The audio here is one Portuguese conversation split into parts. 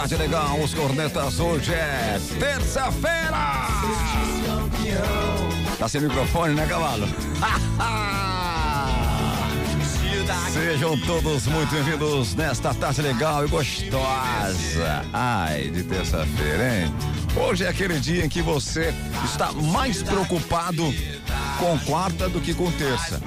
Legal, os cornetas, hoje é terça-feira. Tá sem microfone, né, cavalo? Sejam todos muito bem-vindos nesta tarde legal e gostosa. Ai, de terça-feira, hein? Hoje é aquele dia em que você está mais preocupado com quarta do que com terça.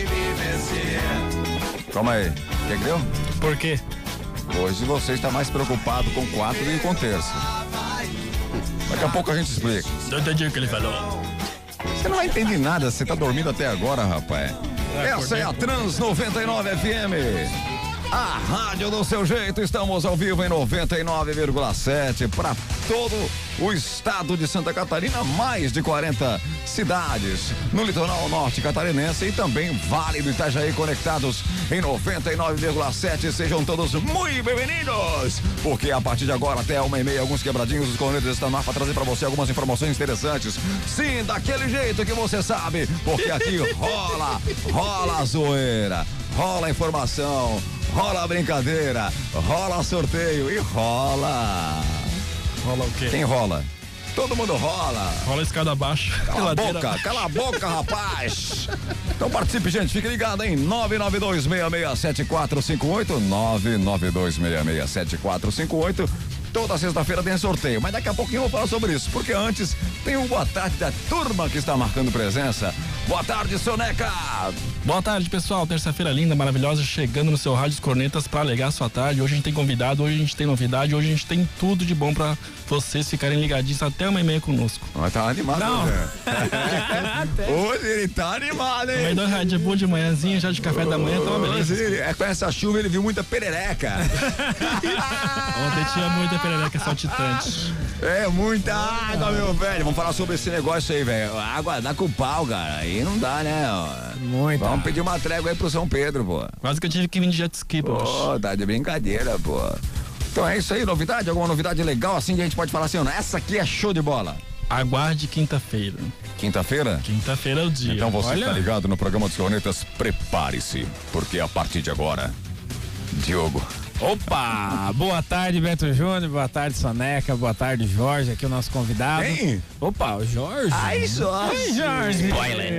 Calma aí, que deu? Por quê? Hoje você está mais preocupado com quarta do que com terça. Daqui a pouco a gente explica. Não entendi o que ele falou. Você não vai entender nada, você tá dormindo até agora, rapaz. Essa é a Trans 99 FM. A rádio do seu jeito, estamos ao vivo em 99,7 para todo o estado de Santa Catarina, mais de 40 cidades no litoral norte catarinense e também Vale do Itajaí conectados em 99,7. Sejam todos muito bem-vindos, porque a partir de agora até 1h30, alguns quebradinhos dos cornetas estão lá para trazer para você algumas informações interessantes. Sim, daquele jeito que você sabe, porque aqui rola a zoeira, rola a informação, rola a brincadeira, rola sorteio e rola. Rola o quê? Quem rola? Todo mundo rola. Rola a escada abaixo. Cala a boca, rapaz. Então participe, gente, fique ligado, hein? 992667458, 992667458. Toda sexta-feira tem sorteio, mas daqui a pouquinho eu vou falar sobre isso, porque antes tem um boa tarde da turma que está marcando presença. Boa tarde, Soneca. Boa tarde, pessoal. Terça-feira linda, maravilhosa, chegando no seu Rádio dos Cornetas para alegar a sua tarde. Hoje a gente tem convidado, hoje a gente tem novidade, hoje a gente tem tudo de bom para vocês ficarem ligadinhos até 1h30 conosco. Mas tá animado, não. Né? Hoje ele tá animado, hein? Mas do rádio boa de manhãzinha, já de café da manhã, tá uma beleza. Com essa chuva ele viu muita perereca. Ontem tinha muita perereca saltitante. É, muita água, meu velho. Vamos falar sobre esse negócio aí, velho. Água dá com pau, cara. Aí não dá, né? Muito. Vamos pedir uma trégua aí pro São Pedro, pô. Quase que eu tive que vir de jet ski, pô. Pô, tá de brincadeira, pô. Então é isso aí, novidade? Alguma novidade legal assim que a gente pode falar assim, ó, essa aqui é show de bola. Aguarde quinta-feira. Quinta-feira? Quinta-feira é o dia. Então você Olha, está ligado no programa dos Cornetas, prepare-se, porque a partir de agora, Diogo. Opa! Boa tarde, Beto Júnior, boa tarde, Soneca, boa tarde, Jorge, aqui o nosso convidado. Quem? Opa, o Jorge. Ai, Jorge. Ai, Jorge.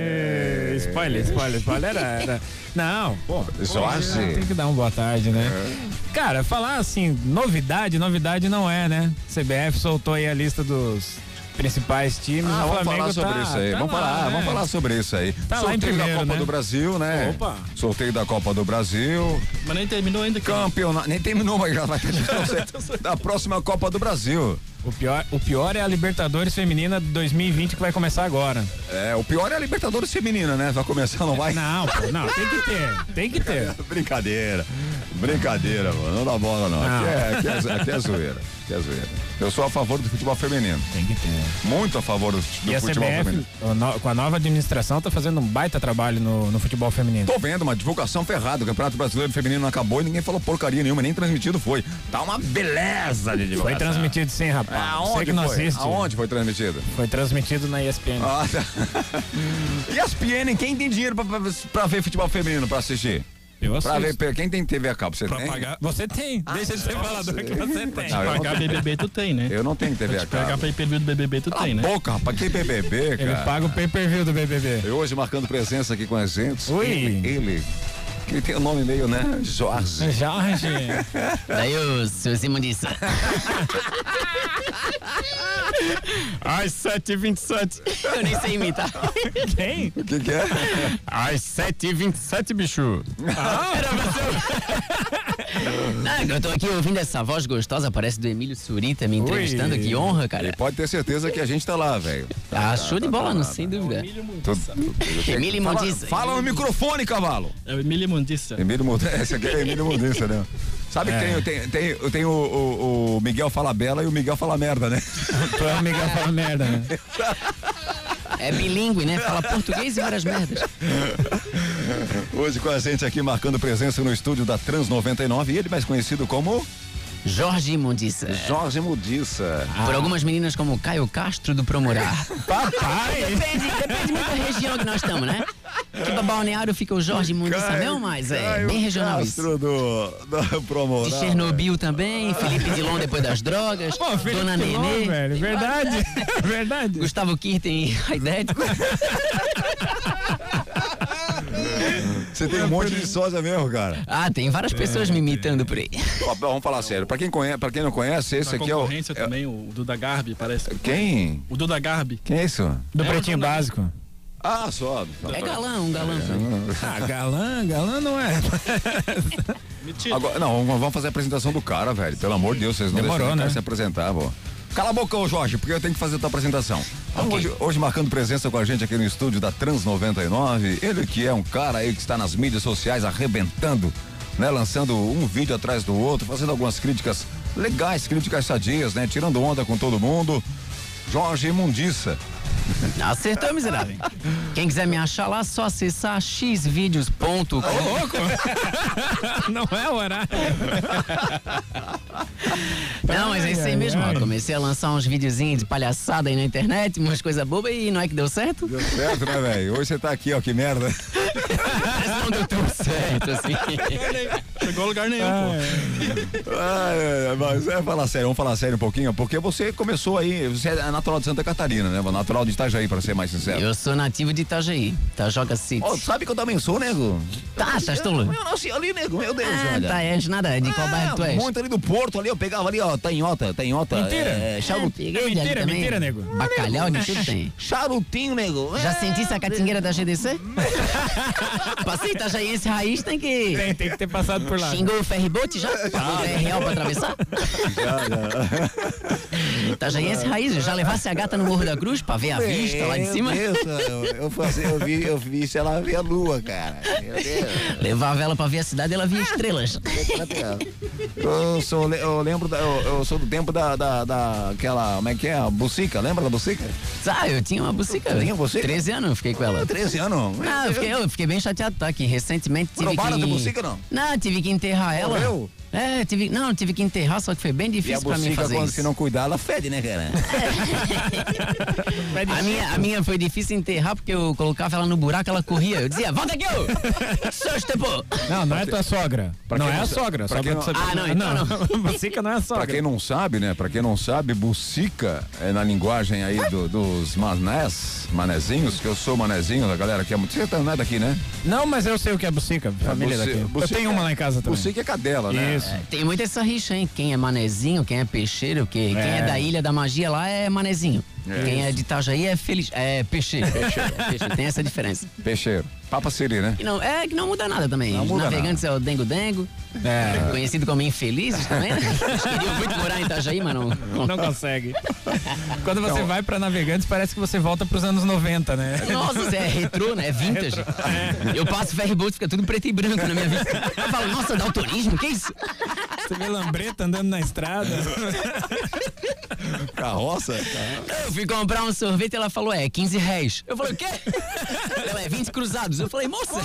Spoiler era. Não, pô. Jorge. Tem que dar uma boa tarde, né? Cara, falar assim, novidade não é, né? CBF soltou aí a lista dos principais times. Vamos falar sobre isso aí. Vamos falar sobre isso aí. Tá sorteio lá em primeiro, da Copa do Brasil, né? Opa. Sorteio da Copa do Brasil. Mas nem terminou ainda. Campeonato. Nem terminou, mas já vai ter da próxima Copa do Brasil. O pior é a Libertadores Feminina 2020 que vai começar agora. É, o pior é a Libertadores Feminina, né? Vai começar, não vai? Não, tem que ter. Brincadeira, mano. Não dá bola, não. Aqui é zoeira. Eu sou a favor do futebol feminino. Tem que ter. Muito a favor do futebol feminino. Com a nova administração, tá fazendo um baita trabalho no futebol feminino. Tô vendo uma divulgação ferrada. O Campeonato Brasileiro Feminino não acabou e ninguém falou porcaria nenhuma, nem transmitido foi. Tá uma beleza de divulgação. Foi transmitido sim, rapaz. Aonde que não foi? assiste. Aonde foi transmitido? Foi transmitido na ESPN. Tá. ESPN, quem tem dinheiro pra ver futebol feminino pra assistir? Eu assisto. Quem tem TV a cabo? Você tem? Pagar. Você tem. Deixa de ser falador que você tem. Não, Pagar BBB tu tem, né? Eu não tenho TV a Pagar cabo. pay-per-view do BBB tu tem, né? Boca, rapaz, que BBB, cara. Ele paga o pay-per-view do BBB. E hoje marcando presença aqui com a gente. Ui. Ele que tem o nome meio, né? Jorge. Daí o seu Simão disse. Às 7h27. Eu nem sei imitar. Quem? O que é? Às 7h27, bicho. Era você. Eu tô aqui ouvindo essa voz gostosa, parece do Emílio Surita me entrevistando. Ui. Que honra, cara. E pode ter certeza que a gente tá lá, velho. Show de bola, não, sem dúvida. Emílio Mundiça. Fala no microfone, cavalo. É o Emílio Mundiça. Esse aqui é Emílio Mundiça, né? Sabe que tem o Miguel Fala Bela e o Miguel Fala Merda, né? O Miguel Fala Merda, né? É bilíngue, né? Fala português e várias merdas. Hoje com a gente aqui marcando presença no estúdio da Trans 99 e ele mais conhecido como Jorge Mundiça. Jorge Mundiça. Por algumas meninas como Caio Castro do Promorá. Papai! Depende muito da região que nós estamos, né? Aqui pra Balneário fica o Jorge Mundiça mesmo, mas é bem regional isso. Do Promoral. De Chernobyl também, Felipe Dilon depois das drogas, Pô, Dona Nenê. Velho, verdade, verdade. Gustavo Kirten, idético. Você tem um monte de sósia mesmo, cara. Ah, tem várias pessoas me imitando por aí. Ó, vamos falar sério. Pra quem não conhece, esse aqui é o. Concorrência também, o Duda Garbi, parece. Quem? O Duda Garbi. Quem é isso? Do Pretinho Básico. Ah, só. É galã, um galã. Ah, galã não é. Mentira. Agora, não, vamos fazer a apresentação do cara, velho. Pelo amor de Deus, vocês não Demorou, deixam o cara né? se apresentar, pô. Cala a boca, ô Jorge, porque eu tenho que fazer a tua apresentação. Então, hoje marcando presença com a gente aqui no estúdio da Trans 99, ele que é um cara aí que está nas mídias sociais arrebentando, né? Lançando um vídeo atrás do outro, fazendo algumas críticas legais, críticas sadias, né? Tirando onda com todo mundo. Jorge Mundiça. Acertou, miserável. Quem quiser me achar lá, só acessar xvideos.com. Ô, louco! Não é o horário. Não, mas é isso aí mesmo, ó. Comecei a lançar uns videozinhos de palhaçada aí na internet, umas coisas bobas e não é que deu certo? Deu certo, né, velho? Hoje você tá aqui, ó, que merda. Mas não deu tão certo, assim. Chegou a lugar nenhum, pô. Mas vamos falar sério um pouquinho, porque você começou aí, você é natural de Santa Catarina, né? Natural de Itajaí, pra ser mais sincero. Eu sou nativo de Itajaí, Itajoga City. Oh, sabe que eu também sou, nego? Tá tolo? Eu nasci ali, nego, meu Deus, Ah, olha. tá, és nada, de qual bairro tu és? Muito ali do Porto, ali, eu pegava ali, ó, Tanhota. Mentira. Mentira, nego. Bacalhau de tudo tem. Charutinho, nego. Já sentisse a catingueira da GDC? Passei itajaiense raiz, tem que... Tem que ter passado por lá. Xingou o ferryboat já? Pagou R$10 pra atravessar? Itajaiense raiz, já levasse a gata no Morro da Cruz pra ver a vista lá de cima? Eu vi se ela via a lua, cara. Meu Deus. Levava ela pra ver a cidade, ela via estrelas. Eu sou do tempo aquela, como é que é? A bucica, lembra da bucica? Ah, eu tinha uma bucica. Tinha bucica? 13 anos eu fiquei com ela. 13 anos? Ah, eu fiquei bem chateado, tá? Que recentemente tive Roubaram que... a tua bucica, não? Não, tive que enterrar ela. Morreu? É, tive que enterrar, só que foi bem E a difícil pra mim bucica, fazer quando isso. se não cuidar, ela fede, né, cara? A minha foi difícil enterrar porque eu colocava ela no buraco, ela corria. Eu dizia, volta aqui, ô! Susto, pô! Não é tua sogra. Pra Não quem é não a sa- sogra. pra Só quem pra não- tu saber. Ah, não, então não. Bucica não é a sogra. Pra quem não sabe, né? Pra quem não sabe, bucica é na linguagem aí dos manezinhos, que eu sou manezinho da galera que é muito... Você não é daqui, né? Não, mas eu sei o que é bucica. Família daqui. Eu tenho uma lá em casa também. Bucica é cadela, né? Isso. Tem muito essa rixa, hein? Quem é manezinho, quem é peixeiro, quem é da Ilha da Magia lá é manezinho. Quem é de Itajaí é feliz. É peixeiro. Peixeiro. Tem essa diferença. Peixeiro. Papa Siri, né? E não, que não muda nada também. Não Os muda navegantes é o Dengo Dengo. Conhecido como infelizes também, né? Eles queriam muito morar em Itajaí, mas não. Não consegue. Quando você vai pra Navegantes, parece que você volta pros anos 90, né? Nossa, é retrô, né? É vintage. Eu passo ferryboat, fica tudo preto e branco na minha vista. Eu falo, nossa, daltonismo, que isso? Você vê lambreta andando na estrada. Carroça? Eu fui comprar um sorvete e ela falou, R$15. Eu falei, o quê? Ela 20 cruzados. Eu falei, moça.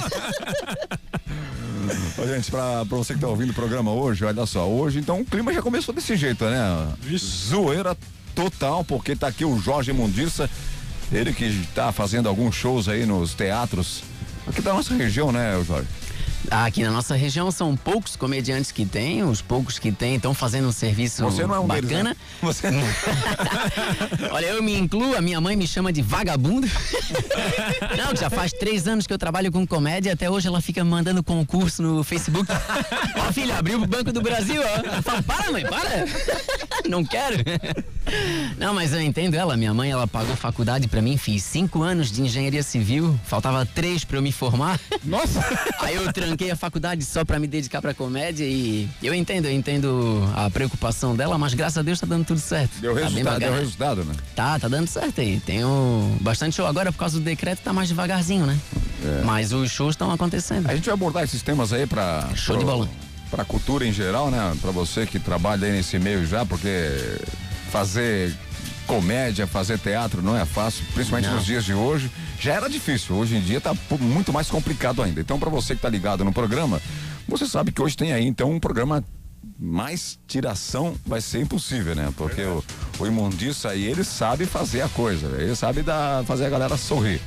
Ô, gente, pra você que tá ouvindo o programa hoje, olha só, hoje então o clima já começou desse jeito, né? Zoeira total, porque tá aqui o Jorge Mundiça, ele que tá fazendo alguns shows aí nos teatros aqui da nossa região, né, Jorge? Aqui na nossa região são poucos comediantes que tem, os poucos que tem estão fazendo um serviço Você não é um bacana. deles, né? Você... Olha, eu me incluo, a minha mãe me chama de vagabundo. Não, já faz 3 anos que eu trabalho com comédia, até hoje ela fica mandando concurso no Facebook. Ó, filha, abriu o Banco do Brasil, ó. Eu falo, para, mãe, para. Não quero. Não, mas eu entendo ela, minha mãe, ela pagou faculdade pra mim, fiz 5 anos de engenharia civil, faltava 3 pra eu me formar. Nossa! Aí eu tranquei a faculdade só pra me dedicar pra comédia e eu entendo a preocupação dela, mas graças a Deus tá dando tudo certo. Deu Tá bem resultado, bacana. deu resultado, né? Tá dando certo aí. Tenho bastante show. Agora, por causa do decreto, tá mais devagarzinho, né? Mas os shows estão acontecendo. A gente vai abordar esses temas aí pra... Show de bola. Pra cultura em geral, né? Pra você que trabalha aí nesse meio já, porque fazer comédia, fazer teatro não é fácil, principalmente Não. nos dias de hoje. Já era difícil, hoje em dia tá muito mais complicado ainda. Então, pra você que tá ligado no programa, você sabe que hoje tem aí, então, um programa mais tiração vai ser impossível, né? Porque o Imundiça aí, ele sabe fazer a coisa, ele sabe fazer a galera sorrir.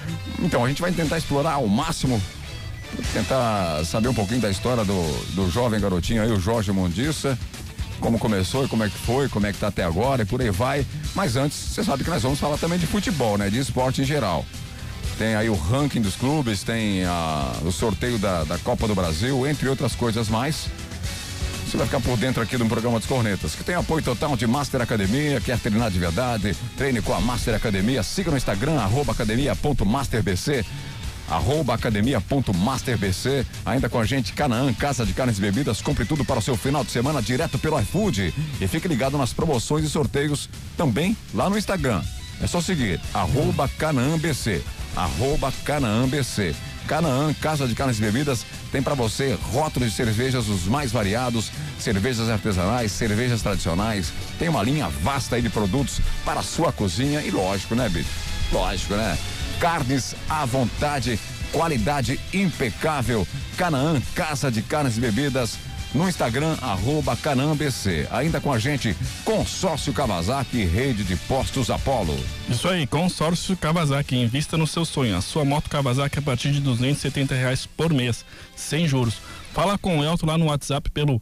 Então, a gente vai tentar explorar ao máximo, tentar saber um pouquinho da história do jovem garotinho aí, o Jorge Mundiça, como começou e como é que foi, como é que tá até agora e por aí vai. Mas antes, você sabe que nós vamos falar também de futebol, né? De esporte em geral. Tem aí o ranking dos clubes, tem o sorteio da Copa do Brasil, entre outras coisas mais. Você vai ficar por dentro aqui do programa dos Cornetas, que tem apoio total de Master Academia. Quer treinar de verdade? Treine com a Master Academia. Siga no Instagram, @academia.masterbc, @academia.masterbc. Ainda com a gente, Canaã, Casa de Carnes e Bebidas. Compre tudo para o seu final de semana direto pelo iFood. E fique ligado nas promoções e sorteios também lá no Instagram. É só seguir, @CanaãBC, @CanaãBC. Canaã, Casa de Carnes e Bebidas, tem para você rótulos de cervejas os mais variados, cervejas artesanais, cervejas tradicionais, tem uma linha vasta aí de produtos para a sua cozinha e lógico, né, bicho? Lógico, né? Carnes à vontade, qualidade impecável. Canaã, Casa de Carnes e Bebidas, no Instagram, @CanaãBC. Ainda com a gente, Consórcio Kawasaki, rede de postos Apollo. Isso aí, Consórcio Kawasaki, invista no seu sonho. A sua moto Kawasaki a partir de R$270 por mês, sem juros. Fala com o Elton lá no WhatsApp pelo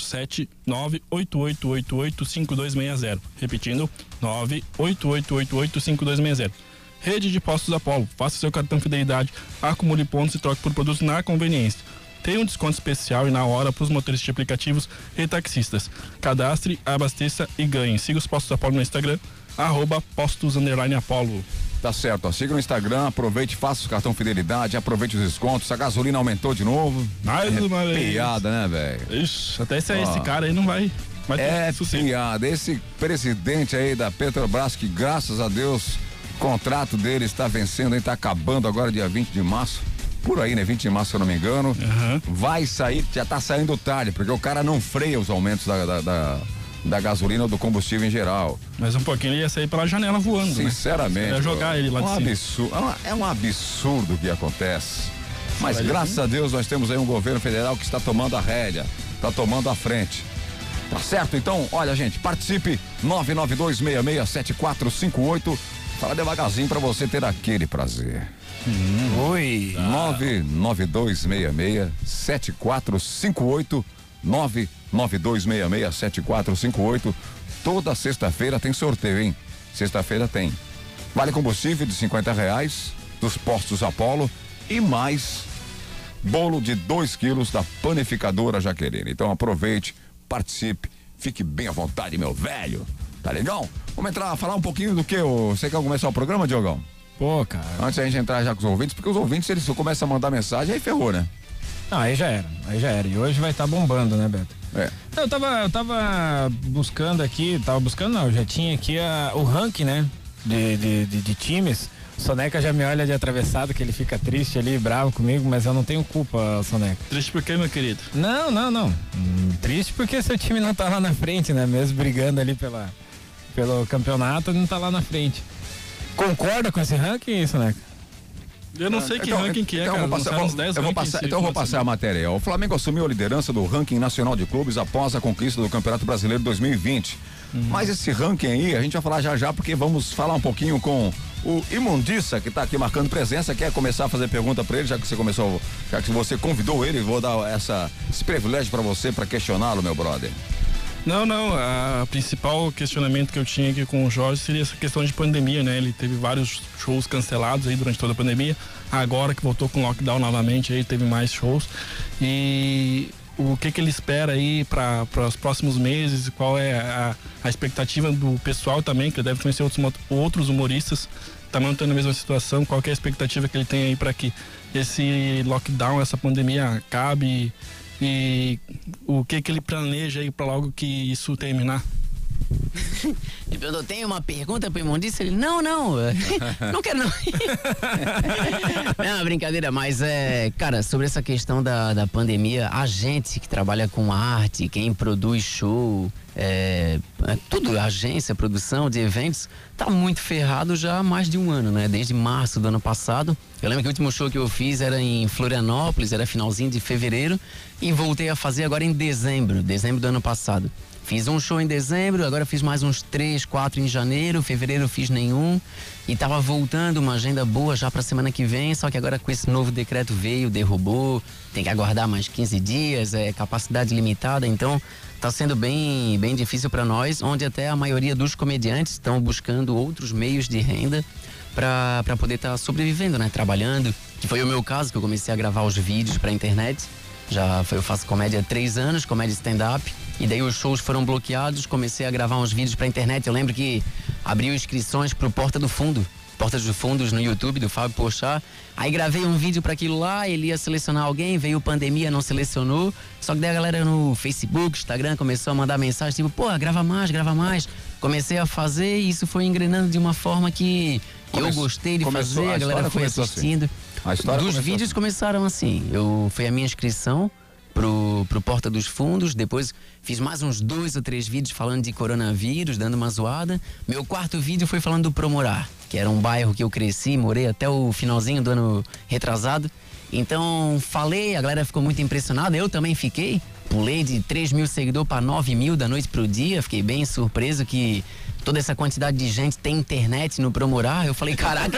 479-8888-5260. Repetindo, 98888-5260. Rede de postos Apollo, faça seu cartão fidelidade, acumule pontos e troque por produtos na conveniência. Tem um desconto especial e na hora para os motoristas de aplicativos e taxistas. Cadastre, abasteça e ganhe. Siga os Postos Apollo no Instagram, @postos_Apollo. Tá certo, ó. Siga no Instagram, aproveite, faça o cartão fidelidade, aproveite os descontos. A gasolina aumentou de novo. Mais uma vez. Piada, né, velho? Ixi, até esse cara aí não vai ter sucesso. Piada. Esse presidente aí da Petrobras, que graças a Deus, o contrato dele está vencendo, ele está acabando agora dia 20 de março. Por aí, né? 20 de março, se eu não me engano. Vai sair, já tá saindo tarde, porque o cara não freia os aumentos da gasolina ou do combustível em geral. Mas um pouquinho ele ia sair pela janela voando, sinceramente. Né? Ia jogar ele lá de cima. Absurdo, é um absurdo o que acontece. Mas graças a Deus nós temos aí um governo federal que está tomando a rédea, está tomando a frente. Tá certo? Então, olha, gente, participe 992667458. Fala devagarzinho pra você ter aquele prazer. Oi. 992667458. 992667458. Toda sexta-feira tem sorteio, hein? Sexta-feira tem vale combustível de R$50 dos postos Apollo e mais bolo de 2 quilos da panificadora Jaqueline. Então aproveite, participe, fique bem à vontade, meu velho. Tá legal? Vamos falar um pouquinho do que? Você quer começar o programa, Diogão? Pô, cara. Antes da gente entrar já com os ouvintes, porque os ouvintes, eles começam a mandar mensagem, aí ferrou, né? Não, aí já era. E hoje vai estar bombando, né, Beto? É. Eu tava buscando aqui, eu já tinha aqui o ranking, né? De times. O Soneca já me olha de atravessado, que ele fica triste ali, bravo comigo, mas eu não tenho culpa, Soneca. Triste por quê, meu querido? Não. Triste porque seu time não tá lá na frente, né? Mesmo brigando ali pelo campeonato, não tá lá na frente. Concorda com esse ranking, Soneca? Eu não sei que ranking que é, cara. Eu vou passar a matéria. O Flamengo assumiu a liderança do ranking nacional de clubes após a conquista do Campeonato Brasileiro 2020. Mas esse ranking aí, a gente vai falar já, porque vamos falar um pouquinho com o Imundiça, que tá aqui marcando presença. Quer começar a fazer pergunta pra ele, já que você convidou ele, vou dar esse privilégio pra você, pra questioná-lo, meu brother. Não, a principal questionamento que eu tinha aqui com o Jorge seria essa questão de pandemia, né? Ele teve vários shows cancelados aí durante toda a pandemia, agora que voltou com lockdown novamente, aí teve mais shows, e o que ele espera aí para os próximos meses, qual é a expectativa do pessoal também, que deve conhecer outros humoristas, também estão na mesma situação, qual que é a expectativa que ele tem aí para que esse lockdown, essa pandemia acabe, e o que ele planeja aí para logo que isso terminar? Eu tenho uma pergunta pro Imundiça, ele, não quero não. Não, brincadeira, mas cara, sobre essa questão da pandemia, a gente que trabalha com arte, quem produz show, tudo, agência, produção de eventos, tá muito ferrado já há mais de um ano, né? Desde março do ano passado. Eu lembro que o último show que eu fiz era em Florianópolis, era finalzinho de fevereiro, e voltei a fazer agora em dezembro do ano passado. Fiz um show em dezembro, agora fiz mais um uns 3, 4 em janeiro, fevereiro eu fiz nenhum. E tava voltando uma agenda boa já pra semana que vem, só que agora com esse novo decreto veio, derrubou, tem que aguardar mais 15 dias, capacidade limitada, então tá sendo bem difícil pra nós, onde até a maioria dos comediantes estão buscando outros meios de renda pra poder estar sobrevivendo, né? Trabalhando, que foi o meu caso, que eu comecei a gravar os vídeos pra internet. Eu faço comédia há 3 anos, comédia stand-up, e daí os shows foram bloqueados, comecei a gravar uns vídeos pra internet. Eu lembro que abriu inscrições pro Porta dos Fundos no YouTube, do Fábio Porchat. Aí gravei um vídeo pra aquilo lá, ele ia selecionar alguém, veio pandemia, não selecionou. Só que daí a galera no Facebook, Instagram, começou a mandar mensagem, tipo, pô, grava mais. Comecei a fazer e isso foi engrenando de uma forma que eu gostei de fazer, a galera foi assistindo. Assim. A história dos vídeos assim. Começaram assim, foi a minha inscrição pro Porta dos Fundos, depois fiz mais uns 2 ou 3 vídeos falando de coronavírus, dando uma zoada. Meu 4º vídeo foi falando do Promorar, que era um bairro que eu cresci, morei até o finalzinho do ano retrasado. Então falei, a galera ficou muito impressionada, eu também fiquei. Pulei de 3 mil seguidores para 9 mil da noite pro dia, fiquei bem surpreso que toda essa quantidade de gente tem internet no Promorar. Eu falei, caraca,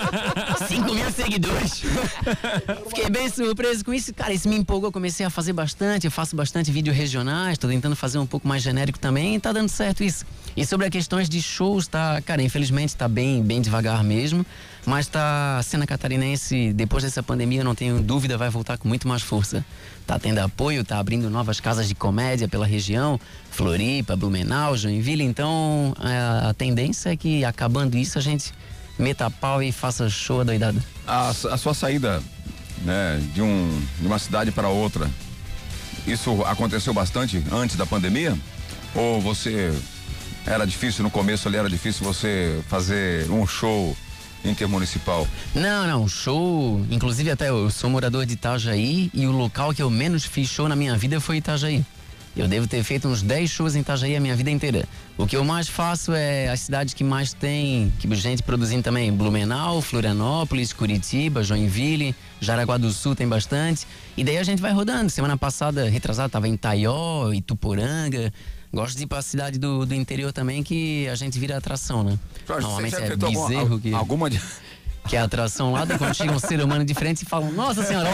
5 mil seguidores. Fiquei bem surpreso com isso. Cara, isso me empolgou, comecei a fazer bastante. Eu faço bastante vídeos regionais, tô tentando fazer um pouco mais genérico também e tá dando certo isso. E sobre as questões de shows, cara, infelizmente tá bem devagar mesmo. Mas a cena catarinense, depois dessa pandemia, não tenho dúvida, vai voltar com muito mais força. Tá tendo apoio, tá abrindo novas casas de comédia pela região, Floripa, Blumenau, Joinville. Então, a tendência é que, acabando isso, a gente meta pau e faça show adoidado. A sua saída, né, de uma cidade para outra, isso aconteceu bastante antes da pandemia? Ou era difícil no começo ali, era difícil você fazer um show intermunicipal? Não, show, inclusive até eu sou morador de Itajaí e o local que eu menos fiz show na minha vida foi Itajaí. Eu devo ter feito uns 10 shows em Itajaí a minha vida inteira. O que eu mais faço é as cidades que mais tem gente produzindo também, Blumenau, Florianópolis, Curitiba, Joinville, Jaraguá do Sul tem bastante. E daí a gente vai rodando. Semana passada, retrasada, tava em Taió, Ituporanga. Gosto de ir pra cidade do interior também, que a gente vira atração, né? Normalmente é Bezerro que é a atração lá, quando chega um ser humano de frente e falam, nossa senhora,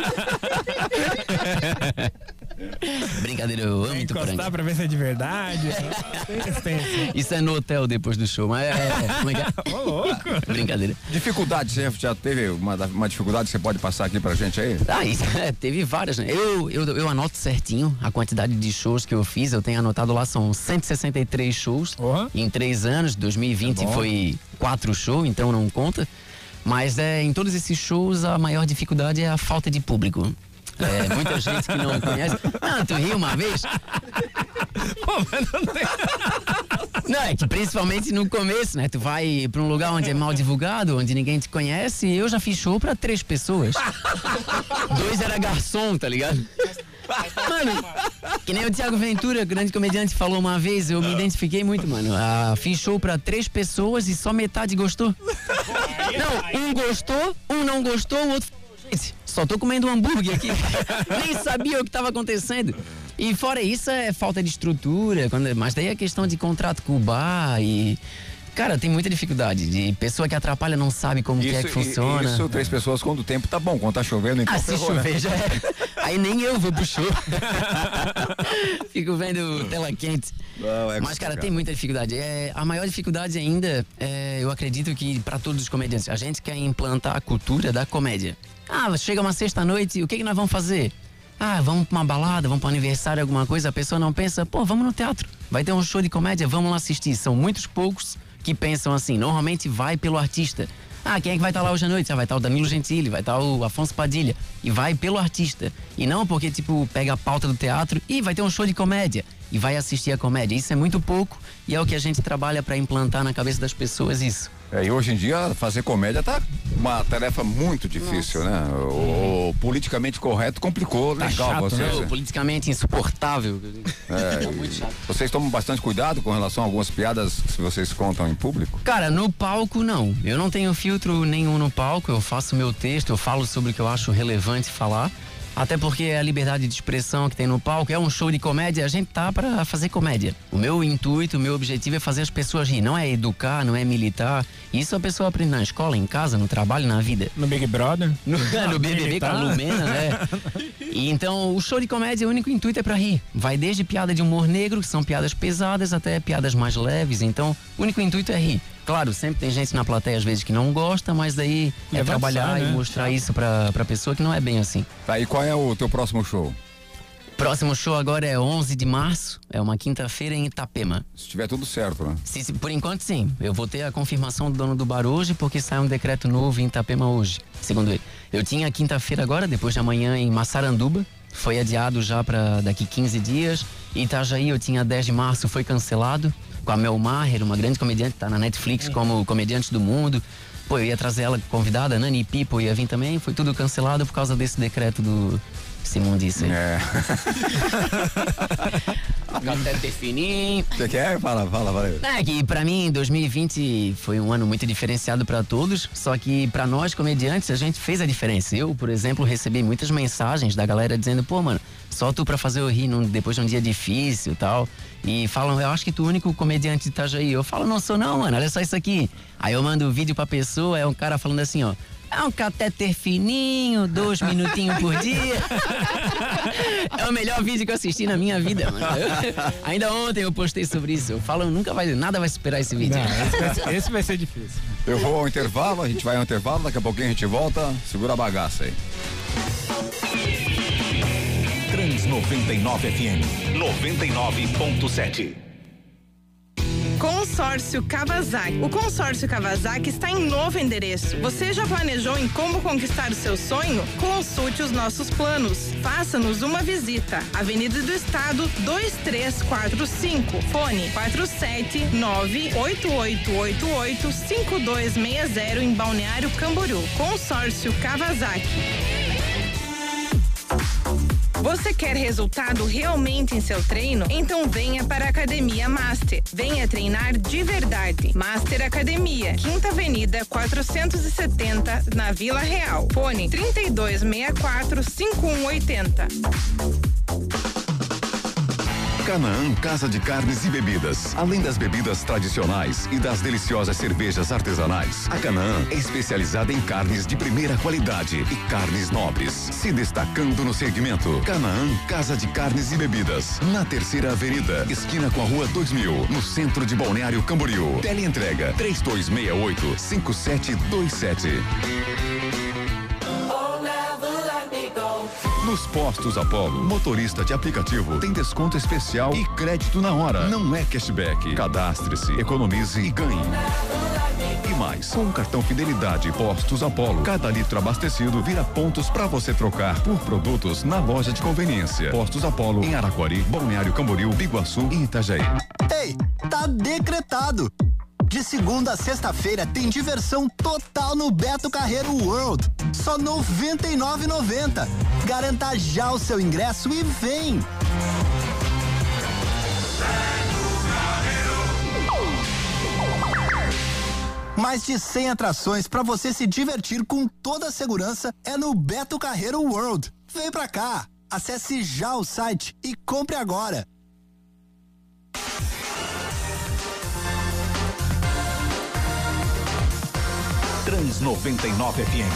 brincadeira, eu amo Ituporanga. Encostar pra ver se é de verdade. Isso é no hotel depois do show, mas como é que é? Ô, louco. Brincadeira. Dificuldade, você já teve uma dificuldade que você pode passar aqui pra gente aí? Isso, teve várias, né? Eu anoto certinho a quantidade de shows que eu fiz, eu tenho anotado lá, são 163 shows em 3 anos, 2020 foi 4 shows, então não conta. Mas em todos esses shows a maior dificuldade é a falta de público. Muita gente que não conhece. Não, tu riu uma vez? Pô, mas não tem... Não, é que principalmente no começo, né? Tu vai pra um lugar onde é mal divulgado, onde ninguém te conhece, e eu já fiz show pra 3 pessoas. 2 era garçom, tá ligado? Mano, que nem o Thiago Ventura, grande comediante, falou uma vez, eu me identifiquei muito, mano. Fiz show pra 3 pessoas e só metade gostou. Não, um gostou, um não gostou, o outro... Só tô comendo um hambúrguer aqui. Nem sabia o que estava acontecendo. E fora isso, é falta de estrutura. Mas daí é questão de contrato com o bar e... Cara, tem muita dificuldade. De pessoa que atrapalha não sabe como que funciona. Isso, 3 pessoas quando o tempo tá bom. Quando tá chovendo, então se chover, já é. Aí nem eu vou pro show. Fico vendo tela quente. Mas, cara, tem muita dificuldade. A maior dificuldade ainda, eu acredito que para todos os comediantes, a gente quer implantar a cultura da comédia. Chega uma sexta-noite, o que nós vamos fazer? Vamos pra uma balada, vamos pra um aniversário, alguma coisa. A pessoa não pensa, vamos no teatro. Vai ter um show de comédia, vamos lá assistir. São muitos poucos que pensam assim. Normalmente vai pelo artista. Quem é que vai estar lá hoje à noite? Vai estar o Danilo Gentili, vai estar o Afonso Padilha. E vai pelo artista. E não porque, pega a pauta do teatro e vai ter um show de comédia. E vai assistir a comédia. Isso é muito pouco e é o que a gente trabalha para implantar na cabeça das pessoas isso. E hoje em dia fazer comédia tá uma tarefa muito difícil, né? O politicamente correto complicou, tá legal chato, vocês. Né? O politicamente insuportável. Muito chato. Vocês tomam bastante cuidado com relação a algumas piadas que vocês contam em público? Cara, no palco não. Eu não tenho filtro nenhum no palco, eu faço meu texto, eu falo sobre o que eu acho relevante falar. Até porque é a liberdade de expressão que tem no palco, é um show de comédia, a gente tá pra fazer comédia. O meu intuito, o meu objetivo é fazer as pessoas rir, não é educar, não é militar. Isso a pessoa aprende na escola, em casa, no trabalho, na vida. No Big Brother? No BBB com a Lumena, né? E então, o show de comédia, o único intuito é pra rir. Vai desde piada de humor negro, que são piadas pesadas, até piadas mais leves. Então, o único intuito é rir. Claro, sempre tem gente na plateia às vezes que não gosta, mas daí é trabalhar e mostrar isso pra pessoa que não é bem assim. Tá, e qual é o teu próximo show? Próximo show agora é 11 de março, é uma quinta-feira em Itapema. Se tiver tudo certo, né? Sim, por enquanto sim, eu vou ter a confirmação do dono do bar hoje, porque sai um decreto novo em Itapema hoje, segundo ele. Eu tinha quinta-feira agora, depois de amanhã em Massaranduba, foi adiado já pra daqui 15 dias. Itajaí eu tinha 10 de março, foi cancelado. Com a Mel Maher, uma grande comediante, tá na Netflix como Comediante do Mundo. Pô, eu ia trazer ela convidada, a Nani Pipo ia vir também, foi tudo cancelado por causa desse decreto do Simão disse aí. Até definir. Você quer? Fala. É que pra mim 2020 foi um ano muito diferenciado pra todos, só que pra nós comediantes a gente fez a diferença. Eu, por exemplo, recebi muitas mensagens da galera dizendo, pô, mano, só tu pra fazer eu rir depois de um dia difícil e tal. E falam, eu acho que tu é o único comediante de Itajaí. Eu falo, não sou não, mano, olha só isso aqui. Aí eu mando o vídeo pra pessoa, é um cara falando assim, ó. É um catéter fininho, 2 minutinhos por dia. É o melhor vídeo que eu assisti na minha vida, mano. Ainda ontem eu postei sobre isso. Eu falo, nada vai superar esse vídeo. Não, esse vai ser difícil. Eu vou ao intervalo, a gente vai ao intervalo, daqui a pouquinho a gente volta. Segura a bagaça aí. Trans 99 FM 99.7. Consórcio Kawasaki. O Consórcio Kawasaki está em novo endereço. Você já planejou em como conquistar o seu sonho? Consulte os nossos planos. Faça-nos uma visita. Avenida do Estado 2345. Fone 479-8888-5260 em Balneário Camboriú. Consórcio Kawasaki. Você quer resultado realmente em seu treino? Então venha para a Academia Master. Venha treinar de verdade. Master Academia, 5ª Avenida 470, na Vila Real. Fone 3264-5180. Canaã Casa de Carnes e Bebidas. Além das bebidas tradicionais e das deliciosas cervejas artesanais, a Canaã é especializada em carnes de primeira qualidade e carnes nobres, se destacando no segmento. Canaã Casa de Carnes e Bebidas, na 3ª Avenida, esquina com a Rua 2000, no centro de Balneário Camboriú. Teleentrega 3268-5727. Nos postos Apollo, motorista de aplicativo tem desconto especial e crédito na hora. Não é cashback. Cadastre-se, economize e ganhe. E mais, com o cartão Fidelidade Postos Apollo, cada litro abastecido vira pontos para você trocar por produtos na loja de conveniência. Postos Apollo em Araquari, Balneário Camboriú, Biguaçu e Itajaí. Ei, tá decretado! De segunda a sexta-feira tem diversão total no Beto Carreiro World. Só R$ 99,90. Garanta já o seu ingresso e vem! Mais de 100 atrações para você se divertir com toda a segurança é no Beto Carreiro World. Vem pra cá! Acesse já o site e compre agora. Trans 99 FM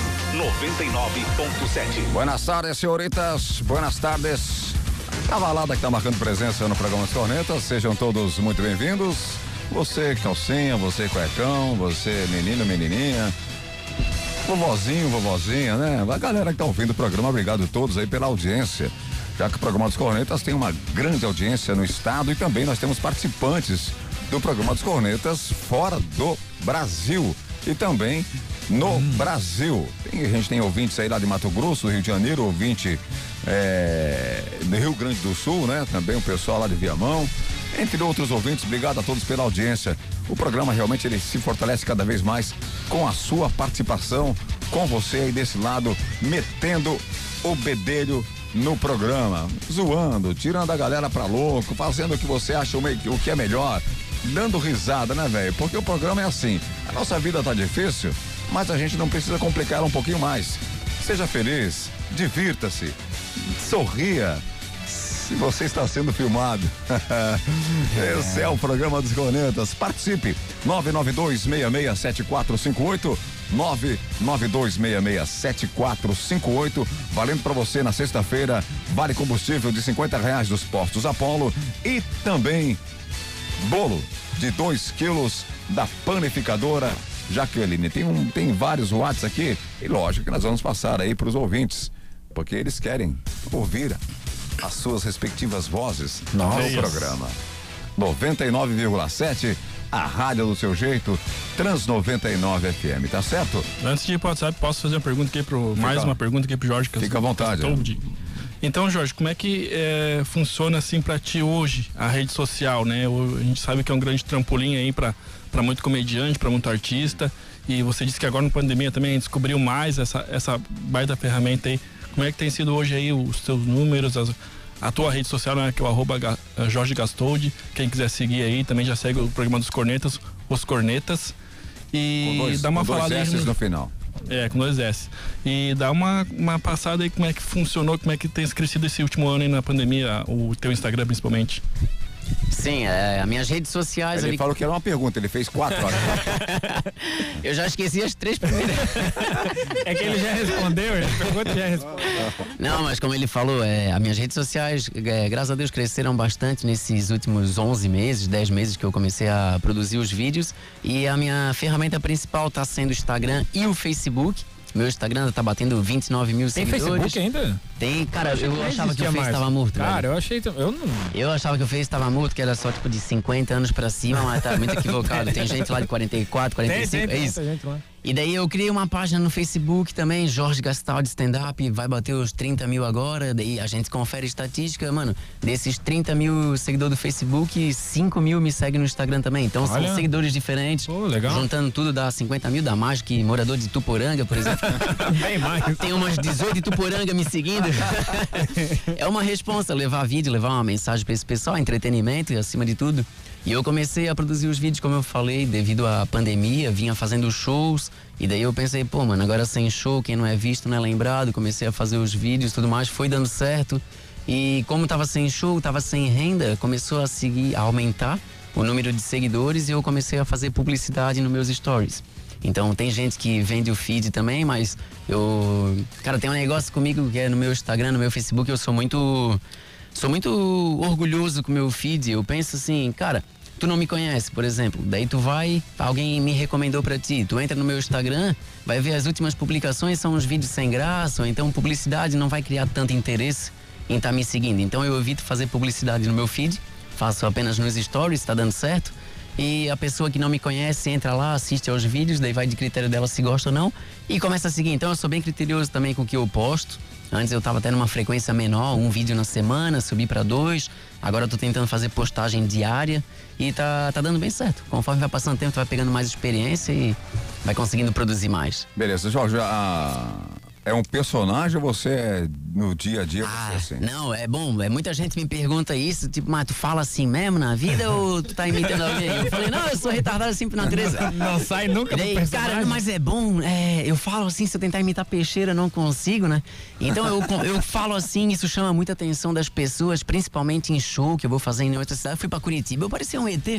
99.7. Buenas tardes, senhoritas. Buenas tardes. Cavalada que tá marcando presença no programa dos Cornetas. Sejam todos muito bem-vindos. Você, calcinha, você, cuecão, você, menino, menininha. Vovozinho, vovozinha, né? A galera que tá ouvindo o programa, obrigado a todos aí pela audiência. Já que o programa dos Cornetas tem uma grande audiência no estado e também nós temos participantes do programa dos Cornetas fora do Brasil. E também no Brasil. A gente tem ouvintes aí lá de Mato Grosso, Rio de Janeiro, ouvinte do Rio Grande do Sul, né? Também o pessoal lá de Viamão, entre outros ouvintes. Obrigado a todos pela audiência. O programa realmente ele se fortalece cada vez mais com a sua participação, com você aí desse lado, metendo o bedelho no programa, zoando, tirando a galera pra louco, fazendo o que você acha o que é melhor, dando risada, né, velho? Porque o programa é assim, a nossa vida tá difícil, mas a gente não precisa complicar ela um pouquinho mais. Seja feliz, divirta-se, Sorria. Se você está sendo filmado. Esse é o programa dos Cornetas. Participe. 992667458. 992667458. Valendo para você na sexta-feira. Vale combustível de R$50 dos postos Apollo. E também bolo de 2 quilos da panificadora Jaqueline. Tem vários WhatsApp aqui. E lógico que nós vamos passar aí para os ouvintes. Porque eles querem ouvir as suas respectivas vozes no programa. 99,7, a rádio do seu jeito, Trans 99 FM, tá certo? Antes de ir pro WhatsApp, posso fazer uma pergunta aqui mais uma pergunta aqui pro Jorge. Fica à vontade. Então, Jorge, como é que funciona assim pra ti hoje a rede social, né? A gente sabe que é um grande trampolim aí pra muito comediante, pra muito artista, e você disse que agora na pandemia também descobriu mais essa baita ferramenta aí. Como é que tem sido hoje aí os seus números, a tua rede social, né, que é o @Jorge Gastoldi. Quem quiser seguir aí, também já segue o programa dos Cornetas, os Cornetas. E dá uma falada aí no final. Com 2 S. E dá uma passada aí como é que funcionou, como é que tem crescido esse último ano aí na pandemia, o teu Instagram principalmente. Sim, as minhas redes sociais... Ele falou que era uma pergunta, ele fez 4 horas. Eu já esqueci as 3 primeiras. É que ele já respondeu, ele pergunta e já respondeu. Não, mas como ele falou, as minhas redes sociais, graças a Deus, cresceram bastante nesses últimos 11 meses, 10 meses que eu comecei a produzir os vídeos. E a minha ferramenta principal está sendo o Instagram e o Facebook. Meu Instagram tá batendo 29 mil seguidores. Tem Facebook ainda? Tem, cara, eu achava que o Face tava morto. Cara, velho. Eu achava que o Face tava morto, que era só tipo de 50 anos pra cima, mas tá muito equivocado. Tem gente lá de 44, 45, é isso. Gente lá. E daí eu criei uma página no Facebook também, Jorge Gastaldi Stand-Up, vai bater os 30 mil agora, daí a gente confere estatística, mano, desses 30 mil seguidores do Facebook, 5 mil me seguem no Instagram também, então são seguidores diferentes. Pô, legal. Juntando tudo dá 50 mil, dá mais que morador de Tuporanga, por exemplo. Bem mais. Tem umas 18 de Tuporanga me seguindo. É uma responsa, levar vídeo, levar uma mensagem pra esse pessoal, entretenimento e acima de tudo. E eu comecei a produzir os vídeos, como eu falei, devido à pandemia, vinha fazendo shows, e daí eu pensei, pô, mano, agora sem show, quem não é visto não é lembrado, comecei a fazer os vídeos e tudo mais, foi dando certo, e como tava sem show, tava sem renda, começou a aumentar o número de seguidores, e eu comecei a fazer publicidade nos meus stories. Então tem gente que vende o feed também, mas cara, tem um negócio comigo que é no meu Instagram, no meu Facebook, eu sou muito orgulhoso com o meu feed. Eu penso assim, cara, tu não me conhece, por exemplo, daí alguém me recomendou pra ti, tu entra no meu Instagram, vai ver as últimas publicações, são uns vídeos sem graça, ou então publicidade não vai criar tanto interesse em estar me seguindo. Então eu evito fazer publicidade no meu feed, faço apenas nos stories, tá dando certo. E a pessoa que não me conhece entra lá, assiste aos vídeos, daí vai de critério dela se gosta ou não e começa a seguir. Então eu sou bem criterioso também com o que eu posto. Antes eu tava tendo uma frequência menor, um vídeo na semana, subi pra 2. Agora eu tô tentando fazer postagem diária e tá dando bem certo. Conforme vai passando o tempo, tu vai pegando mais experiência e vai conseguindo produzir mais. Beleza, Jorge, é um personagem ou você é no dia a dia? Você assim? Não, é bom, muita gente me pergunta isso, tipo, mas tu fala assim mesmo na vida ou tu tá imitando alguém? Eu falei, não, eu sou retardado assim por natureza. Não sai nunca do personagem. Cara, mas é bom, eu falo assim, se eu tentar imitar peixeira, não consigo, né? Então eu falo assim, isso chama muita atenção das pessoas, principalmente em show que eu vou fazer em outra cidade. Eu fui pra Curitiba, eu parecia um ET.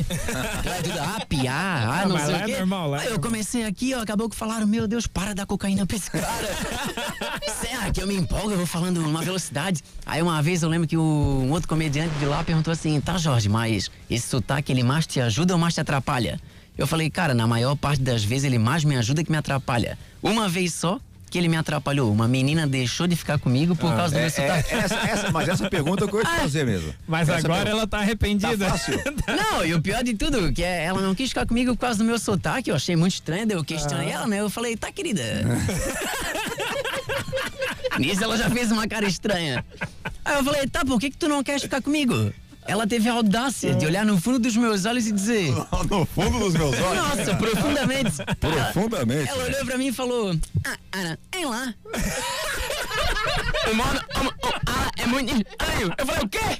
Piar, não sei o quê. Aí eu comecei aqui, acabou que falaram, meu Deus, para dar cocaína pra esse cara. Será que eu me empolgo, eu vou falando numa velocidade. Aí uma vez eu lembro que um outro comediante de lá perguntou assim, tá, Jorge, mas esse sotaque ele mais te ajuda ou mais te atrapalha? Eu falei, cara, na maior parte das vezes ele mais me ajuda que me atrapalha. Uma vez só que ele me atrapalhou, uma menina deixou de ficar comigo por causa do meu sotaque. Mas essa pergunta eu vou te fazer mesmo. Mas essa agora ela tá arrependida. Tá fácil. Não, e o pior de tudo, que ela não quis ficar comigo por causa do meu sotaque, eu achei muito estranho, daí eu questionei ela, né? Eu falei, tá, querida. Nisso ela já fez uma cara estranha. Aí eu falei, tá, por que tu não quer ficar comigo? Ela teve a audácia de olhar no fundo dos meus olhos e dizer... No fundo dos meus olhos? Nossa, profundamente. Profundamente. Ela olhou pra mim e falou... Ana, vem lá. O modo... é muito estranho. Eu falei, o quê?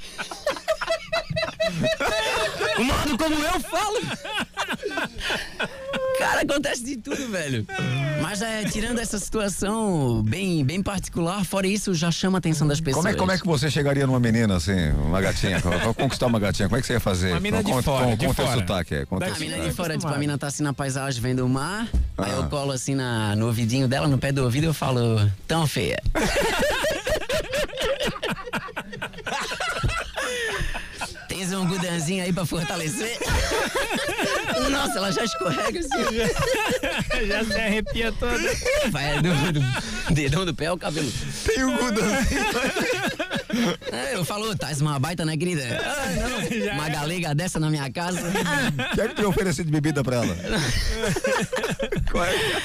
O modo como eu falo. Cara, acontece de tudo, velho. Mas tirando essa situação bem particular, fora isso, já chama a atenção das pessoas. Como é que você chegaria numa menina assim, uma gatinha? Pra conquistar uma gatinha, como é que você ia fazer? Uma mina de fora. Com o teu sotaque. A mina de fora, tipo, a mina tá assim na paisagem vendo o mar, aí eu colo assim no ouvidinho dela, no pé do ouvido, eu falo, tão feia. Tens um gudanzinho aí pra fortalecer? Nossa, ela já escorrega assim. Já se arrepia toda. Vai do dedão do pé ao cabelo. Tem um gudanzinho. Eu falo, tá uma baita, né, querida? Não, uma galega dessa na minha casa. O que é que tu ia oferecer de bebida pra ela? Qual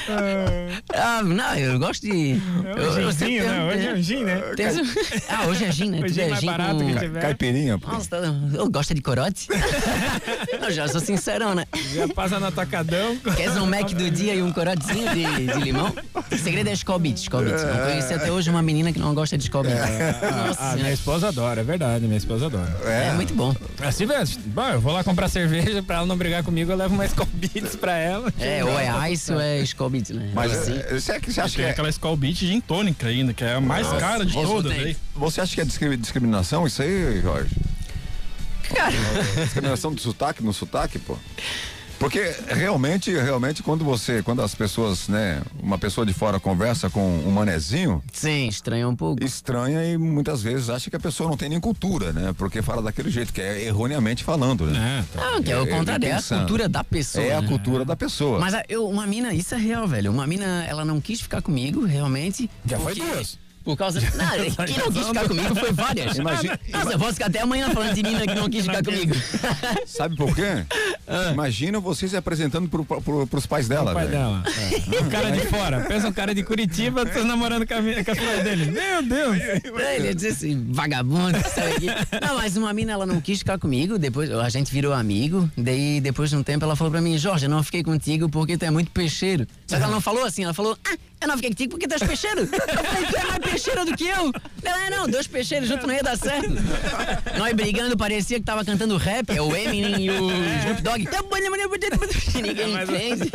é? Não, eu gosto de... Ginzinho, né? Hoje é um gin, né? Hoje é gin, né? Hoje é mais barato que tiver. Caipirinha, pô. Nossa, eu gosto de corote. Eu já sou sincerão, né? Já passa no atacadão. Queres um Mac do dia e um corotezinho de limão? O segredo é Skol Beats. Não conheci até hoje uma menina que não gosta de Skol Beats. A minha esposa adora, é verdade, minha esposa adora. É muito bom. Assim mesmo, bom, eu vou lá comprar cerveja, pra ela não brigar comigo, eu levo uma Skol Beats pra ela. Ou é Ice ou é Skol Beats, né? Mas assim. você acha que é aquela Skol Beats gin tônica ainda, que é a mais cara de todas, aí. Você acha que é discriminação isso aí, Jorge? Cara. Discriminação no sotaque, pô. Porque realmente, quando as pessoas, né, uma pessoa de fora conversa com um manezinho. Sim, estranha um pouco. Estranha e muitas vezes acha que a pessoa não tem nem cultura, né? Porque fala daquele jeito, que é erroneamente falando, né? Não, que é o contrário, é a cultura da pessoa. É a cultura da pessoa. Mas uma mina, isso é real, velho. Uma mina, ela não quis ficar comigo, realmente. Já foi duas. Por causa. Não, quem não quis ficar comigo foi várias. Nossa, eu posso ficar até amanhã falando de mina que não quis ficar comigo. Sabe por quê? Imagina você se apresentando pros pais dela. O pai dela. Um cara de fora. Pensa um cara de Curitiba, tô namorando com a filha dele. Meu Deus! Ele ia dizer assim, vagabundo, sabe aqui. Não, mas uma mina, ela não quis ficar comigo. Depois a gente virou amigo. Daí, depois de um tempo, ela falou pra mim, Jorge, eu não fiquei contigo porque tu é muito peixeiro. Só que ela não falou assim, ela falou, eu não fiquei contigo porque tu és peixeiro. Eu falei, tu é mais peixeiro do que eu. Ela, não, 2 peixeiros juntos não ia dar certo. Nós brigando, parecia que tava cantando rap, é o Eminem e o Snoop Dogg. Ninguém entende.